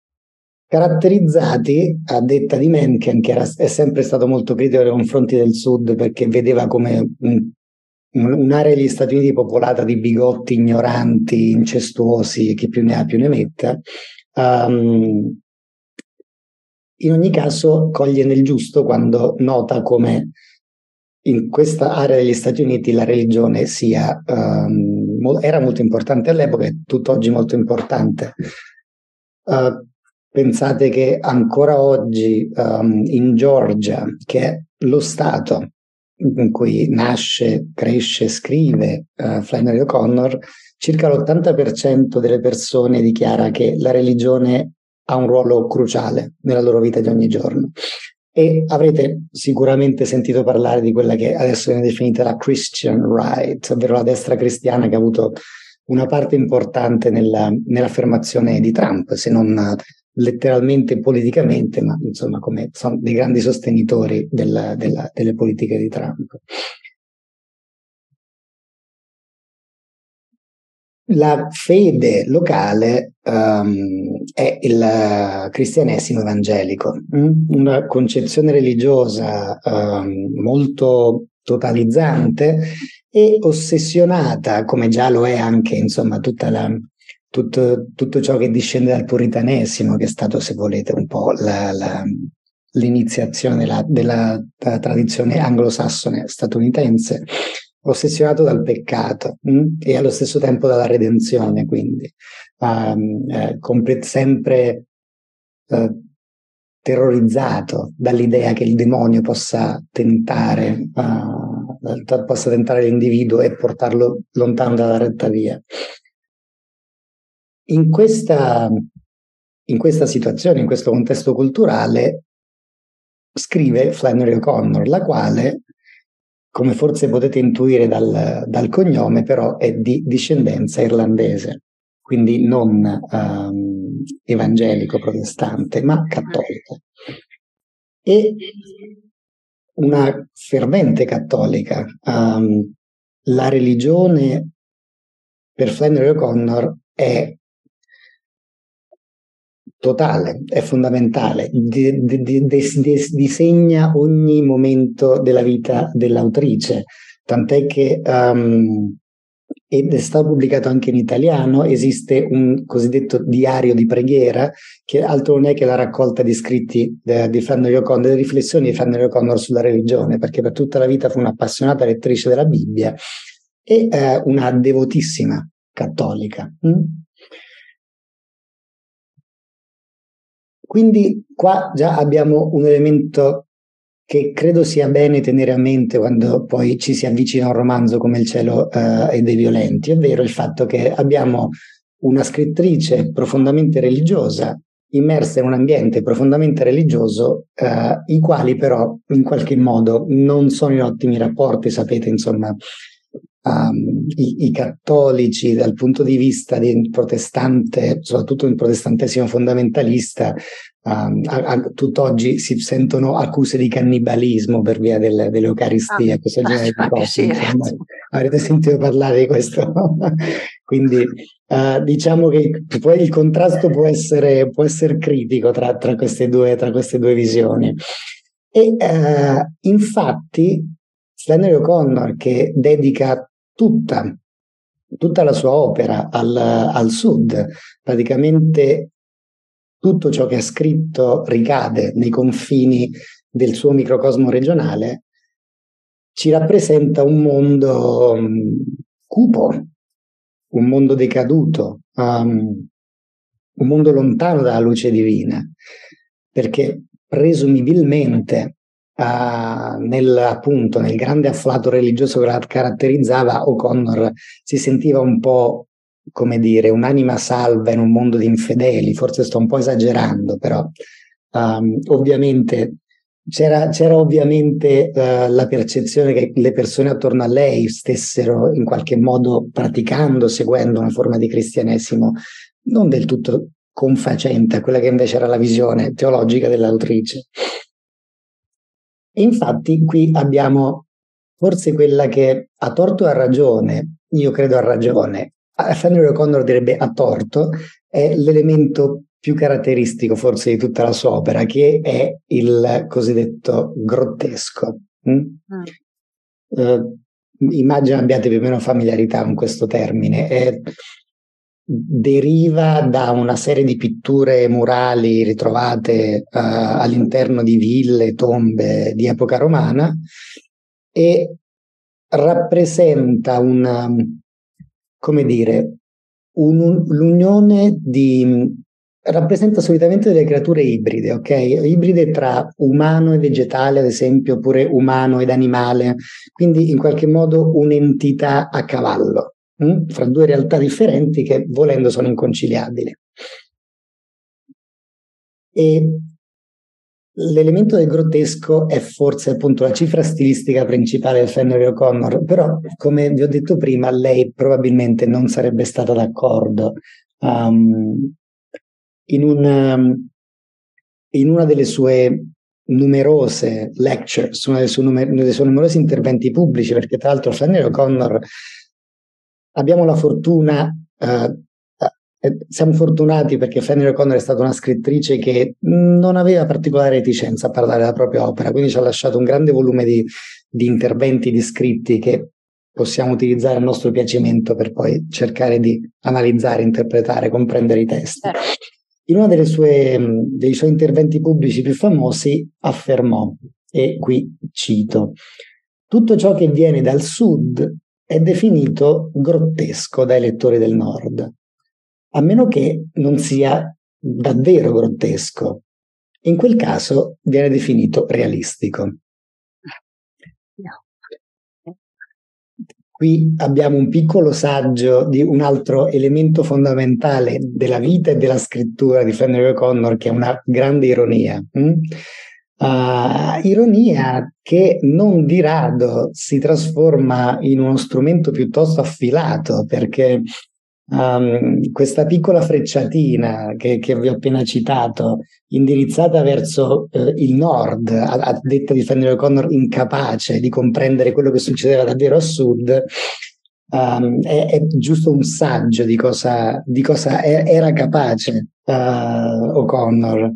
caratterizzati, a detta di Mencken, che era, è sempre stato molto critico nei confronti del Sud perché vedeva come un, un'area degli Stati Uniti popolata di bigotti, ignoranti, incestuosi, chi più ne ha più ne metta. Um, in ogni caso coglie nel giusto quando nota come in questa area degli Stati Uniti la religione sia, um, era molto importante all'epoca e tutt'oggi molto importante. Uh, Pensate che ancora oggi um, in Georgia, che è lo stato in cui nasce, cresce, scrive uh, Flannery O'Connor, circa l'ottanta per cento delle persone dichiara che la religione ha un ruolo cruciale nella loro vita di ogni giorno. E avrete sicuramente sentito parlare di quella che adesso viene definita la Christian Right, ovvero la destra cristiana, che ha avuto una parte importante nella, nell'affermazione di Trump, se non letteralmente politicamente, ma insomma come sono dei grandi sostenitori della, della, delle politiche di Trump. La fede locale um, è il cristianesimo evangelico, una concezione religiosa um, molto totalizzante e ossessionata, come già lo è anche, insomma, tutta la, tutto, tutto ciò che discende dal puritanesimo, che è stato, se volete, un po' la, la, l'iniziazione della, della, della tradizione anglosassone statunitense, ossessionato dal peccato mh? e allo stesso tempo dalla redenzione, quindi um, eh, complet- sempre uh, terrorizzato dall'idea che il demonio possa tentare uh, possa tentare l'individuo e portarlo lontano dalla retta via. In questa, in questa situazione, in questo contesto culturale, scrive Flannery O'Connor, la quale, come forse potete intuire dal, dal cognome, però è di discendenza irlandese, quindi non um, evangelico protestante, ma cattolica. E una fervente cattolica. Um, la religione per Flannery O'Connor è totale, è fondamentale, di, di, di, di, disegna ogni momento della vita dell'autrice, tant'è che um, ed è stato pubblicato anche in italiano, esiste un cosiddetto diario di preghiera, che altro non è che la raccolta di scritti de, di Flannery O'Connor, delle riflessioni di Flannery O'Connor sulla religione, perché per tutta la vita fu un'appassionata lettrice della Bibbia e eh, una devotissima cattolica. Mm? Quindi qua già abbiamo un elemento che credo sia bene tenere a mente quando poi ci si avvicina a un romanzo come Il cielo uh, e dei violenti, ovvero il fatto che abbiamo una scrittrice profondamente religiosa immersa in un ambiente profondamente religioso, uh, i quali però in qualche modo non sono in ottimi rapporti, sapete, insomma, um, i, i cattolici dal punto di vista del protestante, soprattutto il protestantesimo fondamentalista, Um, a, a, tutt'oggi si sentono accuse di cannibalismo per via del, dell'Eucaristia, ah, questo genere di cose. Insomma, avrete sentito parlare di questo? Quindi uh, diciamo che poi il contrasto può essere, può essere critico tra, tra, queste due, tra queste due visioni. E uh, infatti Flannery O'Connor, che dedica tutta, tutta la sua opera al, al sud, praticamente tutto ciò che ha scritto ricade nei confini del suo microcosmo regionale, ci rappresenta un mondo um, cupo, un mondo decaduto, um, un mondo lontano dalla luce divina, perché presumibilmente uh, nel, appunto, nel grande afflato religioso che la caratterizzava, O'Connor si sentiva un po', come dire, un'anima salva in un mondo di infedeli. Forse sto un po' esagerando, però um, ovviamente c'era, c'era ovviamente uh, la percezione che le persone attorno a lei stessero in qualche modo praticando, seguendo una forma di cristianesimo non del tutto confacente a quella che invece era la visione teologica dell'autrice. E infatti qui abbiamo forse quella che a torto o a ragione, io credo a ragione, Flannery O'Connor direbbe a torto, è l'elemento più caratteristico forse di tutta la sua opera, che è il cosiddetto grottesco. Mm? Mm. Uh, immagino abbiate più o meno familiarità con questo termine. È, deriva da una serie di pitture murali ritrovate uh, all'interno di ville, tombe di epoca romana e rappresenta una, come dire, un, l'unione di, rappresenta solitamente delle creature ibride, ok? Ibride tra umano e vegetale, ad esempio, oppure umano ed animale, quindi in qualche modo un'entità a cavallo, hm? fra due realtà differenti che volendo sono inconciliabili. E l'elemento del grottesco è forse appunto la cifra stilistica principale di Flannery O'Connor, però come vi ho detto prima lei probabilmente non sarebbe stata d'accordo. Um, in, una, in una delle sue numerose lectures, una dei suoi, numer- dei suoi numerosi interventi pubblici, perché tra l'altro Flannery O'Connor abbiamo la fortuna uh, siamo fortunati perché Flannery O'Connor è stata una scrittrice che non aveva particolare reticenza a parlare della propria opera, quindi ci ha lasciato un grande volume di, di interventi, di scritti che possiamo utilizzare a nostro piacimento per poi cercare di analizzare, interpretare, comprendere i testi. In uno delle sue, dei suoi interventi pubblici più famosi affermò, e qui cito: tutto ciò che viene dal sud è definito grottesco dai lettori del nord, a meno che non sia davvero grottesco. In quel caso viene definito realistico. Qui abbiamo un piccolo saggio di un altro elemento fondamentale della vita e della scrittura di Flannery O'Connor, che è una grande ironia. Mm? Uh, ironia che non di rado si trasforma in uno strumento piuttosto affilato, perché um, questa piccola frecciatina che, che vi ho appena citato, indirizzata verso uh, il nord, a, a detta di Flannery O'Connor incapace di comprendere quello che succedeva davvero a sud, um, è, è giusto un saggio di cosa, di cosa è, era capace uh, O'Connor.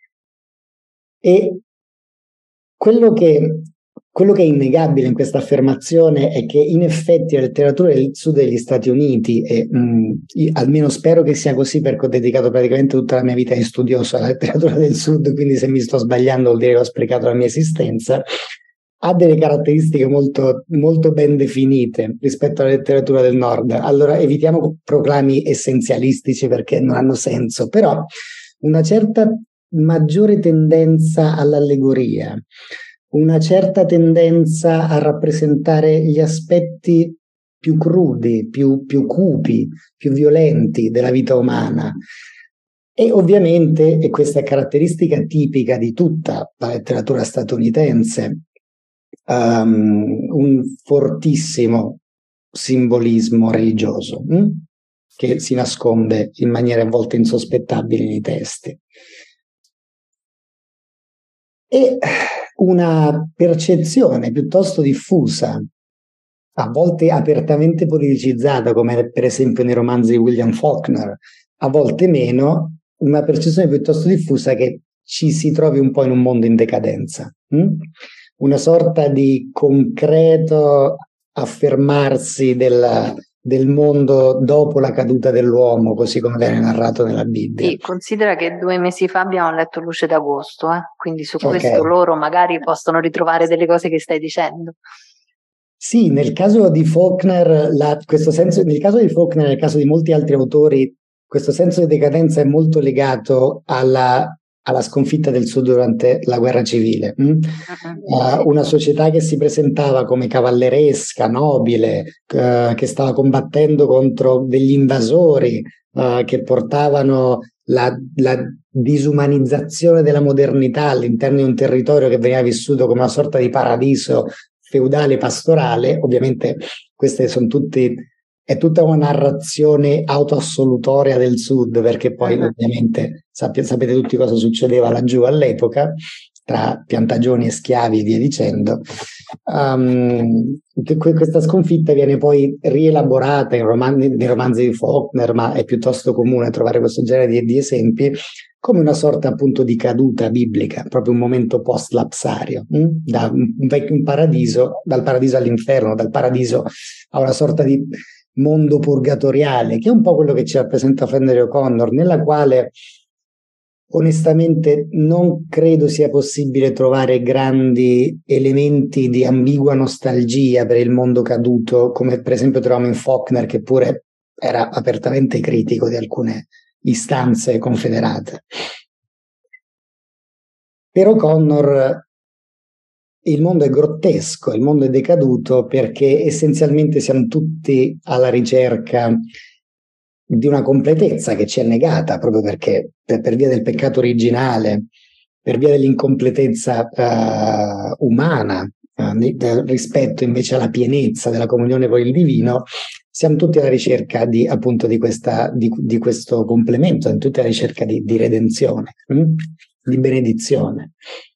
E Quello che, quello che è innegabile in questa affermazione è che in effetti la letteratura del sud degli Stati Uniti, e mh, io, almeno spero che sia così perché ho dedicato praticamente tutta la mia vita di studioso alla letteratura del sud, quindi se mi sto sbagliando vuol dire che ho sprecato la mia esistenza, ha delle caratteristiche molto, molto ben definite rispetto alla letteratura del nord. Allora evitiamo proclami essenzialistici perché non hanno senso, però una certa maggiore tendenza all'allegoria, una certa tendenza a rappresentare gli aspetti più crudi, più, più cupi, più violenti della vita umana. E ovviamente, e questa è caratteristica tipica di tutta la letteratura statunitense, um, un fortissimo simbolismo religioso hm? che si nasconde in maniere a volte insospettabili nei testi. E una percezione piuttosto diffusa, a volte apertamente politicizzata, come per esempio nei romanzi di William Faulkner, a volte meno, una percezione piuttosto diffusa che ci si trovi un po' in un mondo in decadenza. Hm? Una sorta di concreto affermarsi della, del mondo dopo la caduta dell'uomo, così come viene narrato nella Bibbia. Sì, considera che due mesi fa abbiamo letto Luce d'agosto, eh? Quindi su Okay. questo loro magari possono ritrovare delle cose che stai dicendo. Sì, nel caso di Faulkner, la, questo senso, nel caso di Faulkner, nel caso di molti altri autori, questo senso di decadenza è molto legato alla, alla sconfitta del Sud durante la guerra civile. hm? Uh, una società che si presentava come cavalleresca, nobile, uh, che stava combattendo contro degli invasori uh, che portavano la, la disumanizzazione della modernità all'interno di un territorio che veniva vissuto come una sorta di paradiso feudale pastorale. Ovviamente queste sono tutti, è tutta una narrazione autoassolutoria del Sud, perché poi uh-huh. ovviamente sappia, sapete tutti cosa succedeva laggiù all'epoca, tra piantagioni e schiavi e via dicendo. Um, questa sconfitta viene poi rielaborata in romanzi, nei romanzi di Faulkner, ma è piuttosto comune trovare questo genere di, di esempi, come una sorta appunto di caduta biblica, proprio un momento post-lapsario, hm? da un, un paradiso, dal paradiso all'inferno, dal paradiso a una sorta di mondo purgatoriale, che è un po' quello che ci rappresenta Flannery O'Connor, nella quale onestamente non credo sia possibile trovare grandi elementi di ambigua nostalgia per il mondo caduto, come per esempio troviamo in Faulkner, che pure era apertamente critico di alcune istanze confederate. Per O'Connor il mondo è grottesco, il mondo è decaduto perché essenzialmente siamo tutti alla ricerca di una completezza che ci è negata, proprio perché per, per via del peccato originale, per via dell'incompletezza uh, umana, uh, rispetto invece alla pienezza della comunione con il divino, siamo tutti alla ricerca di, appunto, di, questa, di, di questo complemento, siamo tutti alla ricerca di, di redenzione, hm? di benedizione.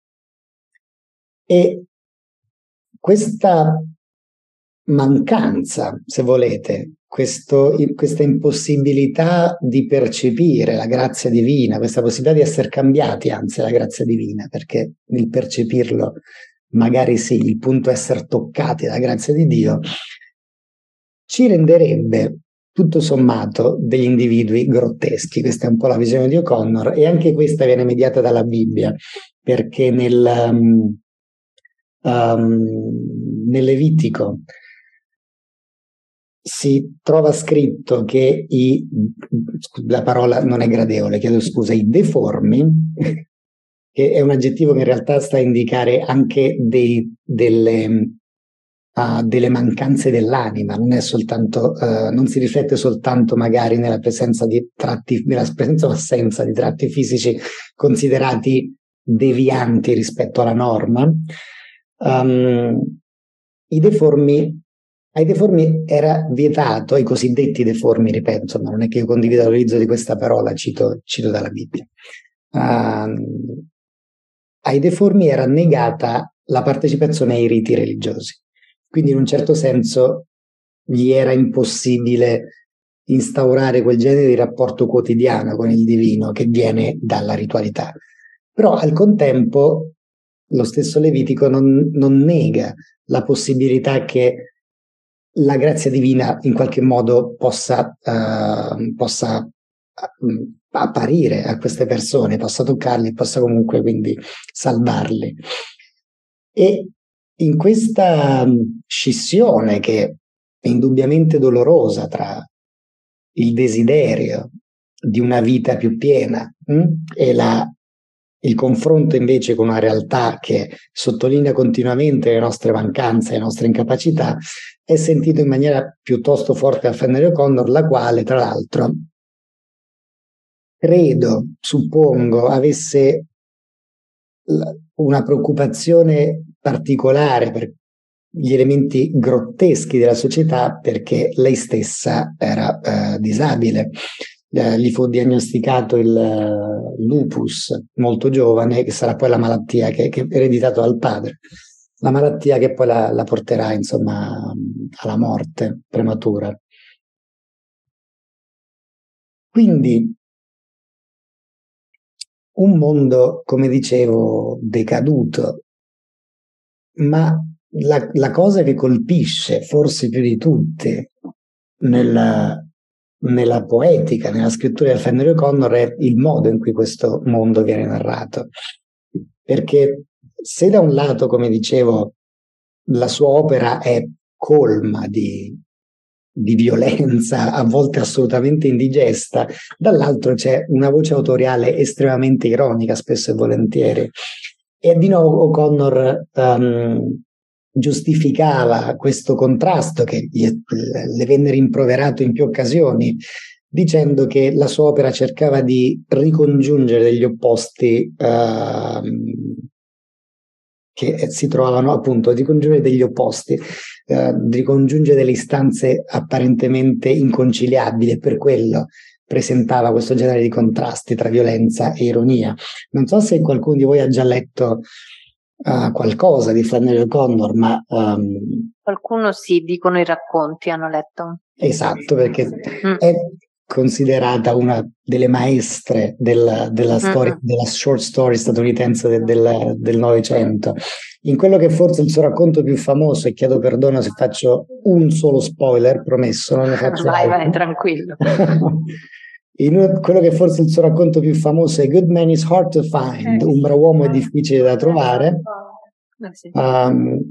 E questa mancanza, se volete, questo, questa impossibilità di percepire la grazia divina, questa possibilità di essere cambiati, anzi, la grazia divina, perché il percepirlo magari sì, il punto è essere toccati dalla grazia di Dio, ci renderebbe tutto sommato degli individui grotteschi. Questa è un po' la visione di O'Connor, e anche questa viene mediata dalla Bibbia, perché nel, um, um, nel Levitico si trova scritto che i, la parola non è gradevole, chiedo scusa, i deformi, che è un aggettivo che in realtà sta a indicare anche dei, delle, uh, delle mancanze dell'anima, non è soltanto, uh, non si riflette soltanto magari nella presenza di tratti, nella presenza o assenza di tratti fisici considerati devianti rispetto alla norma. Um, i deformi Ai deformi era vietato, ai cosiddetti deformi, ripeto, insomma, non è che io condivido l'utilizzo di questa parola, cito, cito dalla Bibbia. Uh, ai deformi era negata la partecipazione ai riti religiosi, quindi in un certo senso gli era impossibile instaurare quel genere di rapporto quotidiano con il divino che viene dalla ritualità. Però al contempo lo stesso Levitico non, non nega la possibilità che la grazia divina in qualche modo possa, uh, possa uh, apparire a queste persone, possa toccarli, possa comunque quindi salvarli. E in questa scissione, che è indubbiamente dolorosa, tra il desiderio di una vita più piena mh? e la il confronto invece con una realtà che sottolinea continuamente le nostre mancanze, le nostre incapacità, è sentito in maniera piuttosto forte da Flannery O'Connor, la quale tra l'altro credo, suppongo, avesse una preoccupazione particolare per gli elementi grotteschi della società, perché lei stessa era eh, disabile. Eh, gli fu diagnosticato il uh, lupus molto giovane, che sarà poi la malattia che, che è ereditato dal padre, la malattia che poi la, la porterà insomma alla morte prematura. Quindi un mondo, come dicevo, decaduto, ma la, la cosa che colpisce forse più di tutte nella nella poetica, nella scrittura di Flannery O'Connor è il modo in cui questo mondo viene narrato. Perché se da un lato, come dicevo, la sua opera è colma di, di violenza, a volte assolutamente indigesta, dall'altro c'è una voce autoriale estremamente ironica, spesso e volentieri. E di nuovo O'Connor um, giustificava questo contrasto che le venne rimproverato in più occasioni, dicendo che la sua opera cercava di ricongiungere degli opposti uh, che si trovavano, appunto, di ricongiungere degli opposti, uh, di ricongiungere delle istanze apparentemente inconciliabili, e per quello presentava questo genere di contrasti tra violenza e ironia. Non so se qualcuno di voi ha già letto Uh, qualcosa di Flannery O'Connor, ma um, qualcuno sì, dicono i racconti, hanno letto. Esatto, perché mm. è considerata una delle maestre della, della, storia, mm-hmm. della short story statunitense de, del, del Novecento. In quello che forse è il suo racconto più famoso, e chiedo perdono se faccio un solo spoiler, promesso, non ne faccio vai, altro. vai, tranquillo. In quello che forse è il suo racconto più famoso è Good Man is Hard to Find, un brav'uomo è difficile da trovare. Um,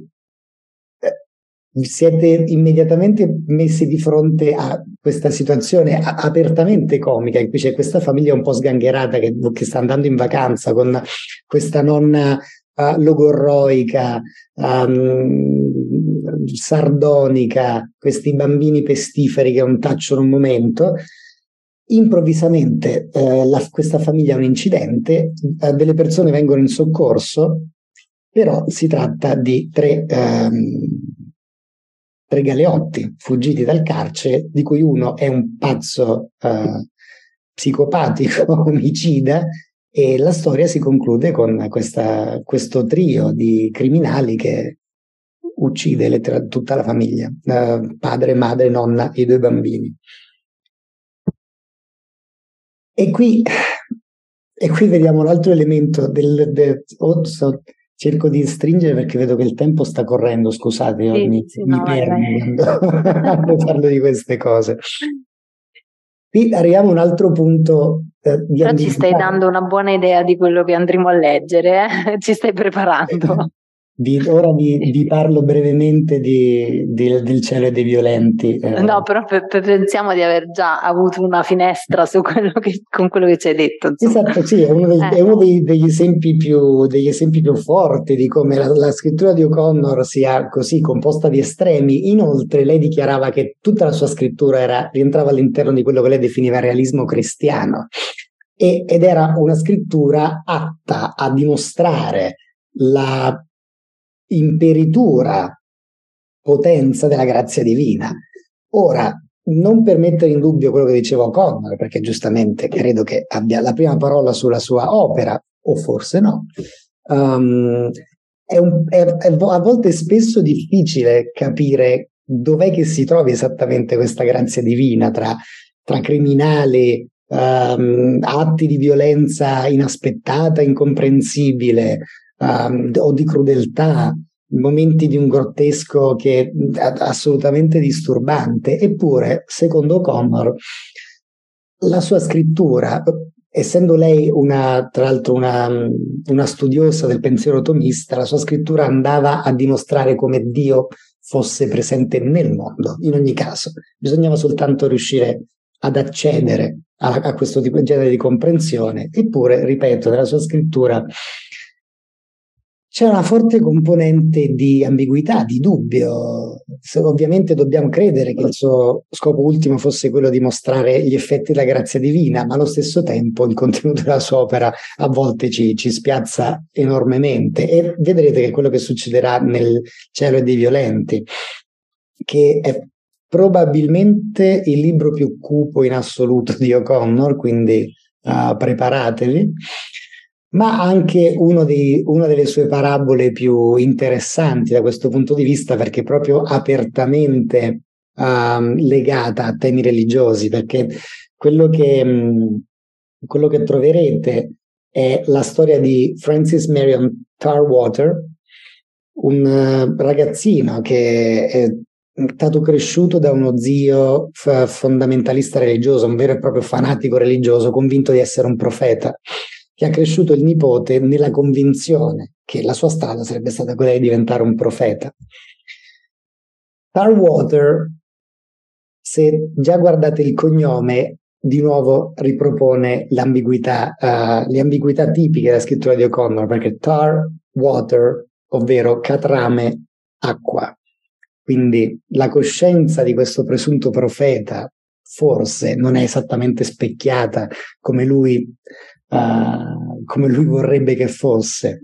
siete immediatamente messi di fronte a questa situazione a- apertamente comica, in cui c'è questa famiglia un po' sgangherata che, che sta andando in vacanza con questa nonna uh, logorroica, um, sardonica, questi bambini pestiferi che non tacciono un momento. Improvvisamente eh, la, questa famiglia ha un incidente, eh, delle persone vengono in soccorso, però si tratta di tre, ehm, tre galeotti fuggiti dal carcere, di cui uno è un pazzo eh, psicopatico omicida, e la storia si conclude con questa, questo trio di criminali che uccide lettera, tutta la famiglia, eh, padre, madre, nonna e i due bambini. E qui, e qui vediamo l'altro elemento del, del oh, so, cerco di stringere perché vedo che il tempo sta correndo, scusate, io Sì, mi, sì, mi no, vai, perdo vai. quando, quando parlo di queste cose. Qui arriviamo a un altro punto eh, di Però ci stai ambiguità. dando una buona idea di quello che andremo a leggere, eh? Ci stai preparando. Vi, ora vi, vi parlo brevemente di, di- del cielo e dei violenti. eh. No, però pe- pe- pensiamo di aver già avuto una finestra su quello che, con quello che ci hai detto, insomma. Esatto, sì, è uno, dei- Eh. è uno dei- degli esempi più, degli esempi più forti di come la, la scrittura di O'Connor sia così composta di estremi. Inoltre, lei dichiarava che tutta la sua scrittura era, rientrava all'interno di quello che lei definiva realismo cristiano, e- ed era una scrittura atta a dimostrare la imperitura potenza della grazia divina. Ora, non per mettere in dubbio quello che diceva O'Connor, perché giustamente credo che abbia la prima parola sulla sua opera, o forse no, um, è, un, è, è a volte spesso difficile capire dov'è che si trovi esattamente questa grazia divina tra, tra criminali, um, atti di violenza inaspettata, incomprensibile, um, o di crudeltà, momenti di un grottesco che è assolutamente disturbante. Eppure, secondo O'Connor, la sua scrittura, essendo lei una, tra l'altro una, una studiosa del pensiero tomista, la sua scrittura andava a dimostrare come Dio fosse presente nel mondo. In ogni caso, bisognava soltanto riuscire ad accedere a, a questo tipo di genere di comprensione. Eppure, ripeto, nella sua scrittura c'è una forte componente di ambiguità, di dubbio. Se, ovviamente dobbiamo credere che il suo scopo ultimo fosse quello di mostrare gli effetti della grazia divina, ma allo stesso tempo il contenuto della sua opera a volte ci, ci spiazza enormemente, e vedrete che quello che succederà nel Cielo e dei violenti, che è probabilmente il libro più cupo in assoluto di O'Connor, quindi uh, preparatevi, ma anche uno dei, una delle sue parabole più interessanti da questo punto di vista, perché è proprio apertamente um, legata a temi religiosi, perché quello che, um, quello che troverete è la storia di Francis Marion Tarwater, un uh, ragazzino che è stato cresciuto da uno zio f- fondamentalista religioso, un vero e proprio fanatico religioso, convinto di essere un profeta, che ha cresciuto il nipote nella convinzione che la sua strada sarebbe stata quella di diventare un profeta. Tarwater, se già guardate il cognome, di nuovo ripropone l'ambiguità, uh, le ambiguità tipiche della scrittura di O'Connor, perché tar, water, ovvero catrame, acqua. Quindi la coscienza di questo presunto profeta forse non è esattamente specchiata come lui Uh, come lui vorrebbe che fosse.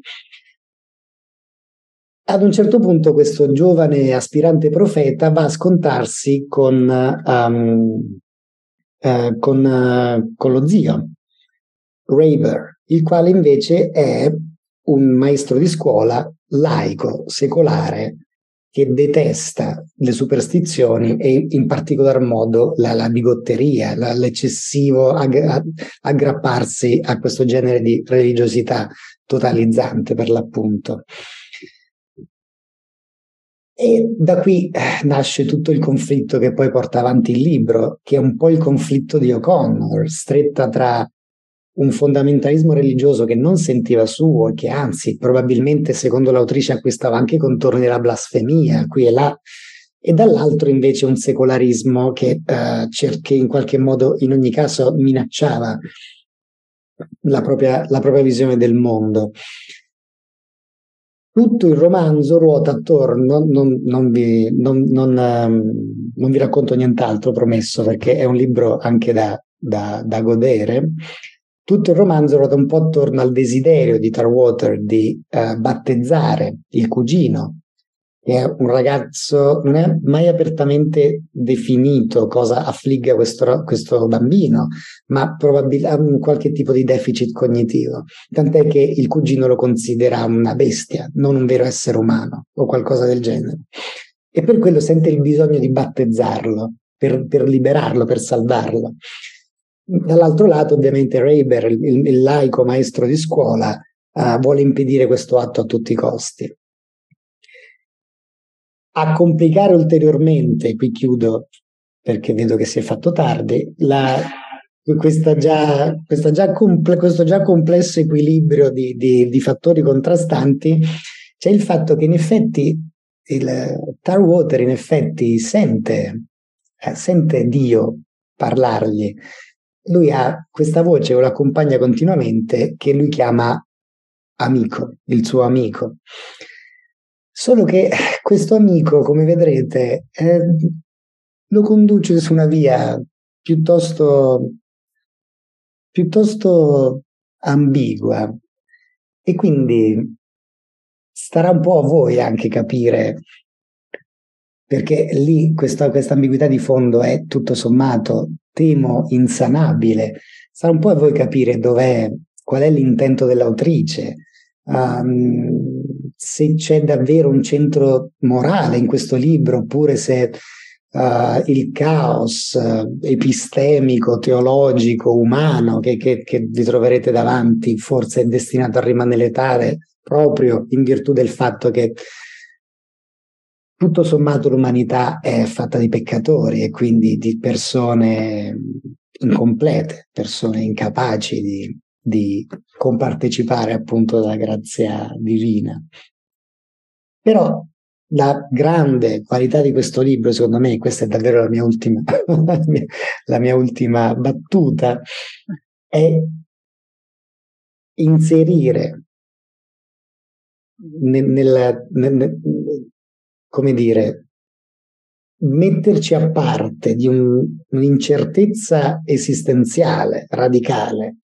Ad un certo punto questo giovane aspirante profeta va a scontarsi con, um, uh, con, uh, con lo zio Raber, il quale invece è un maestro di scuola laico, secolare, che detesta le superstizioni e in particolar modo la, la bigotteria, la, l'eccessivo aggra- aggrapparsi a questo genere di religiosità totalizzante, per l'appunto. E da qui eh, nasce tutto il conflitto che poi porta avanti il libro, che è un po' il conflitto di O'Connor, stretta tra un fondamentalismo religioso che non sentiva suo e che anzi probabilmente secondo l'autrice acquistava anche i contorni della blasfemia qui e là, e dall'altro invece un secolarismo che, uh, cer- che in qualche modo in ogni caso minacciava la propria, la propria visione del mondo. Tutto il romanzo ruota attorno, non, non, vi, non, non, um, non vi racconto nient'altro, promesso, perché è un libro anche da, da, da godere. Tutto il romanzo ruota un po' attorno al desiderio di Tarwater di uh, battezzare il cugino, che è un ragazzo, non è mai apertamente definito cosa affligga questo, questo bambino, ma probabilmente ha un qualche tipo di deficit cognitivo, tant'è che il cugino lo considera una bestia, non un vero essere umano o qualcosa del genere, e per quello sente il bisogno di battezzarlo, per, per liberarlo, per salvarlo. Dall'altro lato ovviamente Raber, il, il laico maestro di scuola, uh, vuole impedire questo atto a tutti i costi. A complicare ulteriormente, qui chiudo perché vedo che si è fatto tardi, la, questa già, questa già comple, questo già complesso equilibrio di, di, di fattori contrastanti, c'è il fatto che in effetti il Tarwater in effetti sente, eh, sente Dio parlargli. Lui ha questa voce che lo accompagna continuamente, che lui chiama amico, il suo amico. Solo che questo amico, come vedrete, eh, lo conduce su una via piuttosto, piuttosto ambigua, e quindi starà un po' a voi anche capire, perché lì questa, questa ambiguità di fondo è tutto sommato, temo, insanabile. Sarà un po' a voi capire dov'è, qual è l'intento dell'autrice, um, se c'è davvero un centro morale in questo libro, oppure se uh, il caos uh, epistemico, teologico, umano che, che, che vi troverete davanti forse è destinato a rimanere tale proprio in virtù del fatto che tutto sommato l'umanità è fatta di peccatori e quindi di persone incomplete, persone incapaci di, di compartecipare appunto alla grazia divina. Però la grande qualità di questo libro, secondo me, questa è davvero la mia ultima, la mia, la mia ultima battuta, è inserire nel, nel, nel, come dire, metterci a parte di un, un'incertezza esistenziale, radicale,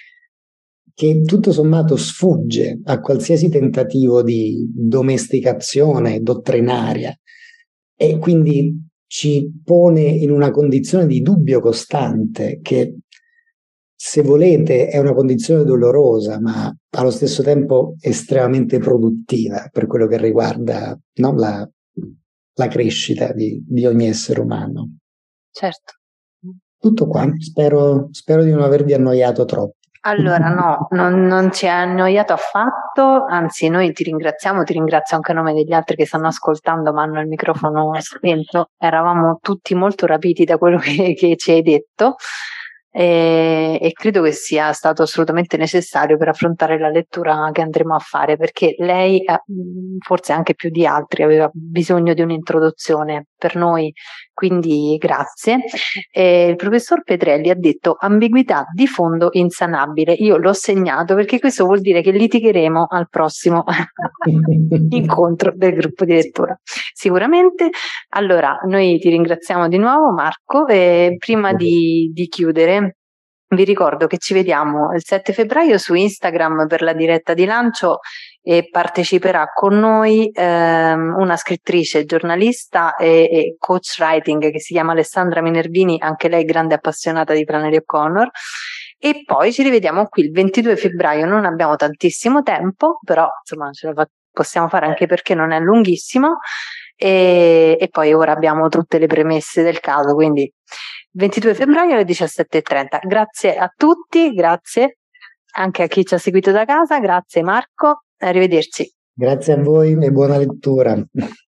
che tutto sommato sfugge a qualsiasi tentativo di domesticazione dottrinaria e quindi ci pone in una condizione di dubbio costante che, se volete, è una condizione dolorosa, ma allo stesso tempo estremamente produttiva per quello che riguarda, no, la, la crescita di, di ogni essere umano. Certo. Tutto qua, spero, spero di non avervi annoiato troppo. Allora no, non, non ci ha annoiato affatto, anzi noi ti ringraziamo, ti ringrazio anche a nome degli altri che stanno ascoltando ma hanno il microfono spento, eravamo tutti molto rapiti da quello che, che ci hai detto. E, e credo che sia stato assolutamente necessario per affrontare la lettura che andremo a fare, perché lei forse anche più di altri aveva bisogno di un'introduzione per noi, quindi grazie. E il professor Petrelli ha detto ambiguità di fondo insanabile, io l'ho segnato perché questo vuol dire che litigheremo al prossimo incontro del gruppo di lettura sicuramente. Allora noi ti ringraziamo di nuovo Marco e prima di, di chiudere vi ricordo che ci vediamo il sette febbraio su Instagram per la diretta di lancio e parteciperà con noi ehm, una scrittrice, giornalista e, e coach writing che si chiama Alessandra Minervini, anche lei grande appassionata di Flannery O'Connor. E poi ci rivediamo qui il ventidue febbraio, non abbiamo tantissimo tempo, però insomma ce la possiamo fare anche perché non è lunghissimo. E, e poi ora abbiamo tutte le premesse del caso, quindi ventidue febbraio alle diciassette e trenta. Grazie a tutti, grazie anche a chi ci ha seguito da casa, grazie Marco, arrivederci. Grazie a voi e buona lettura.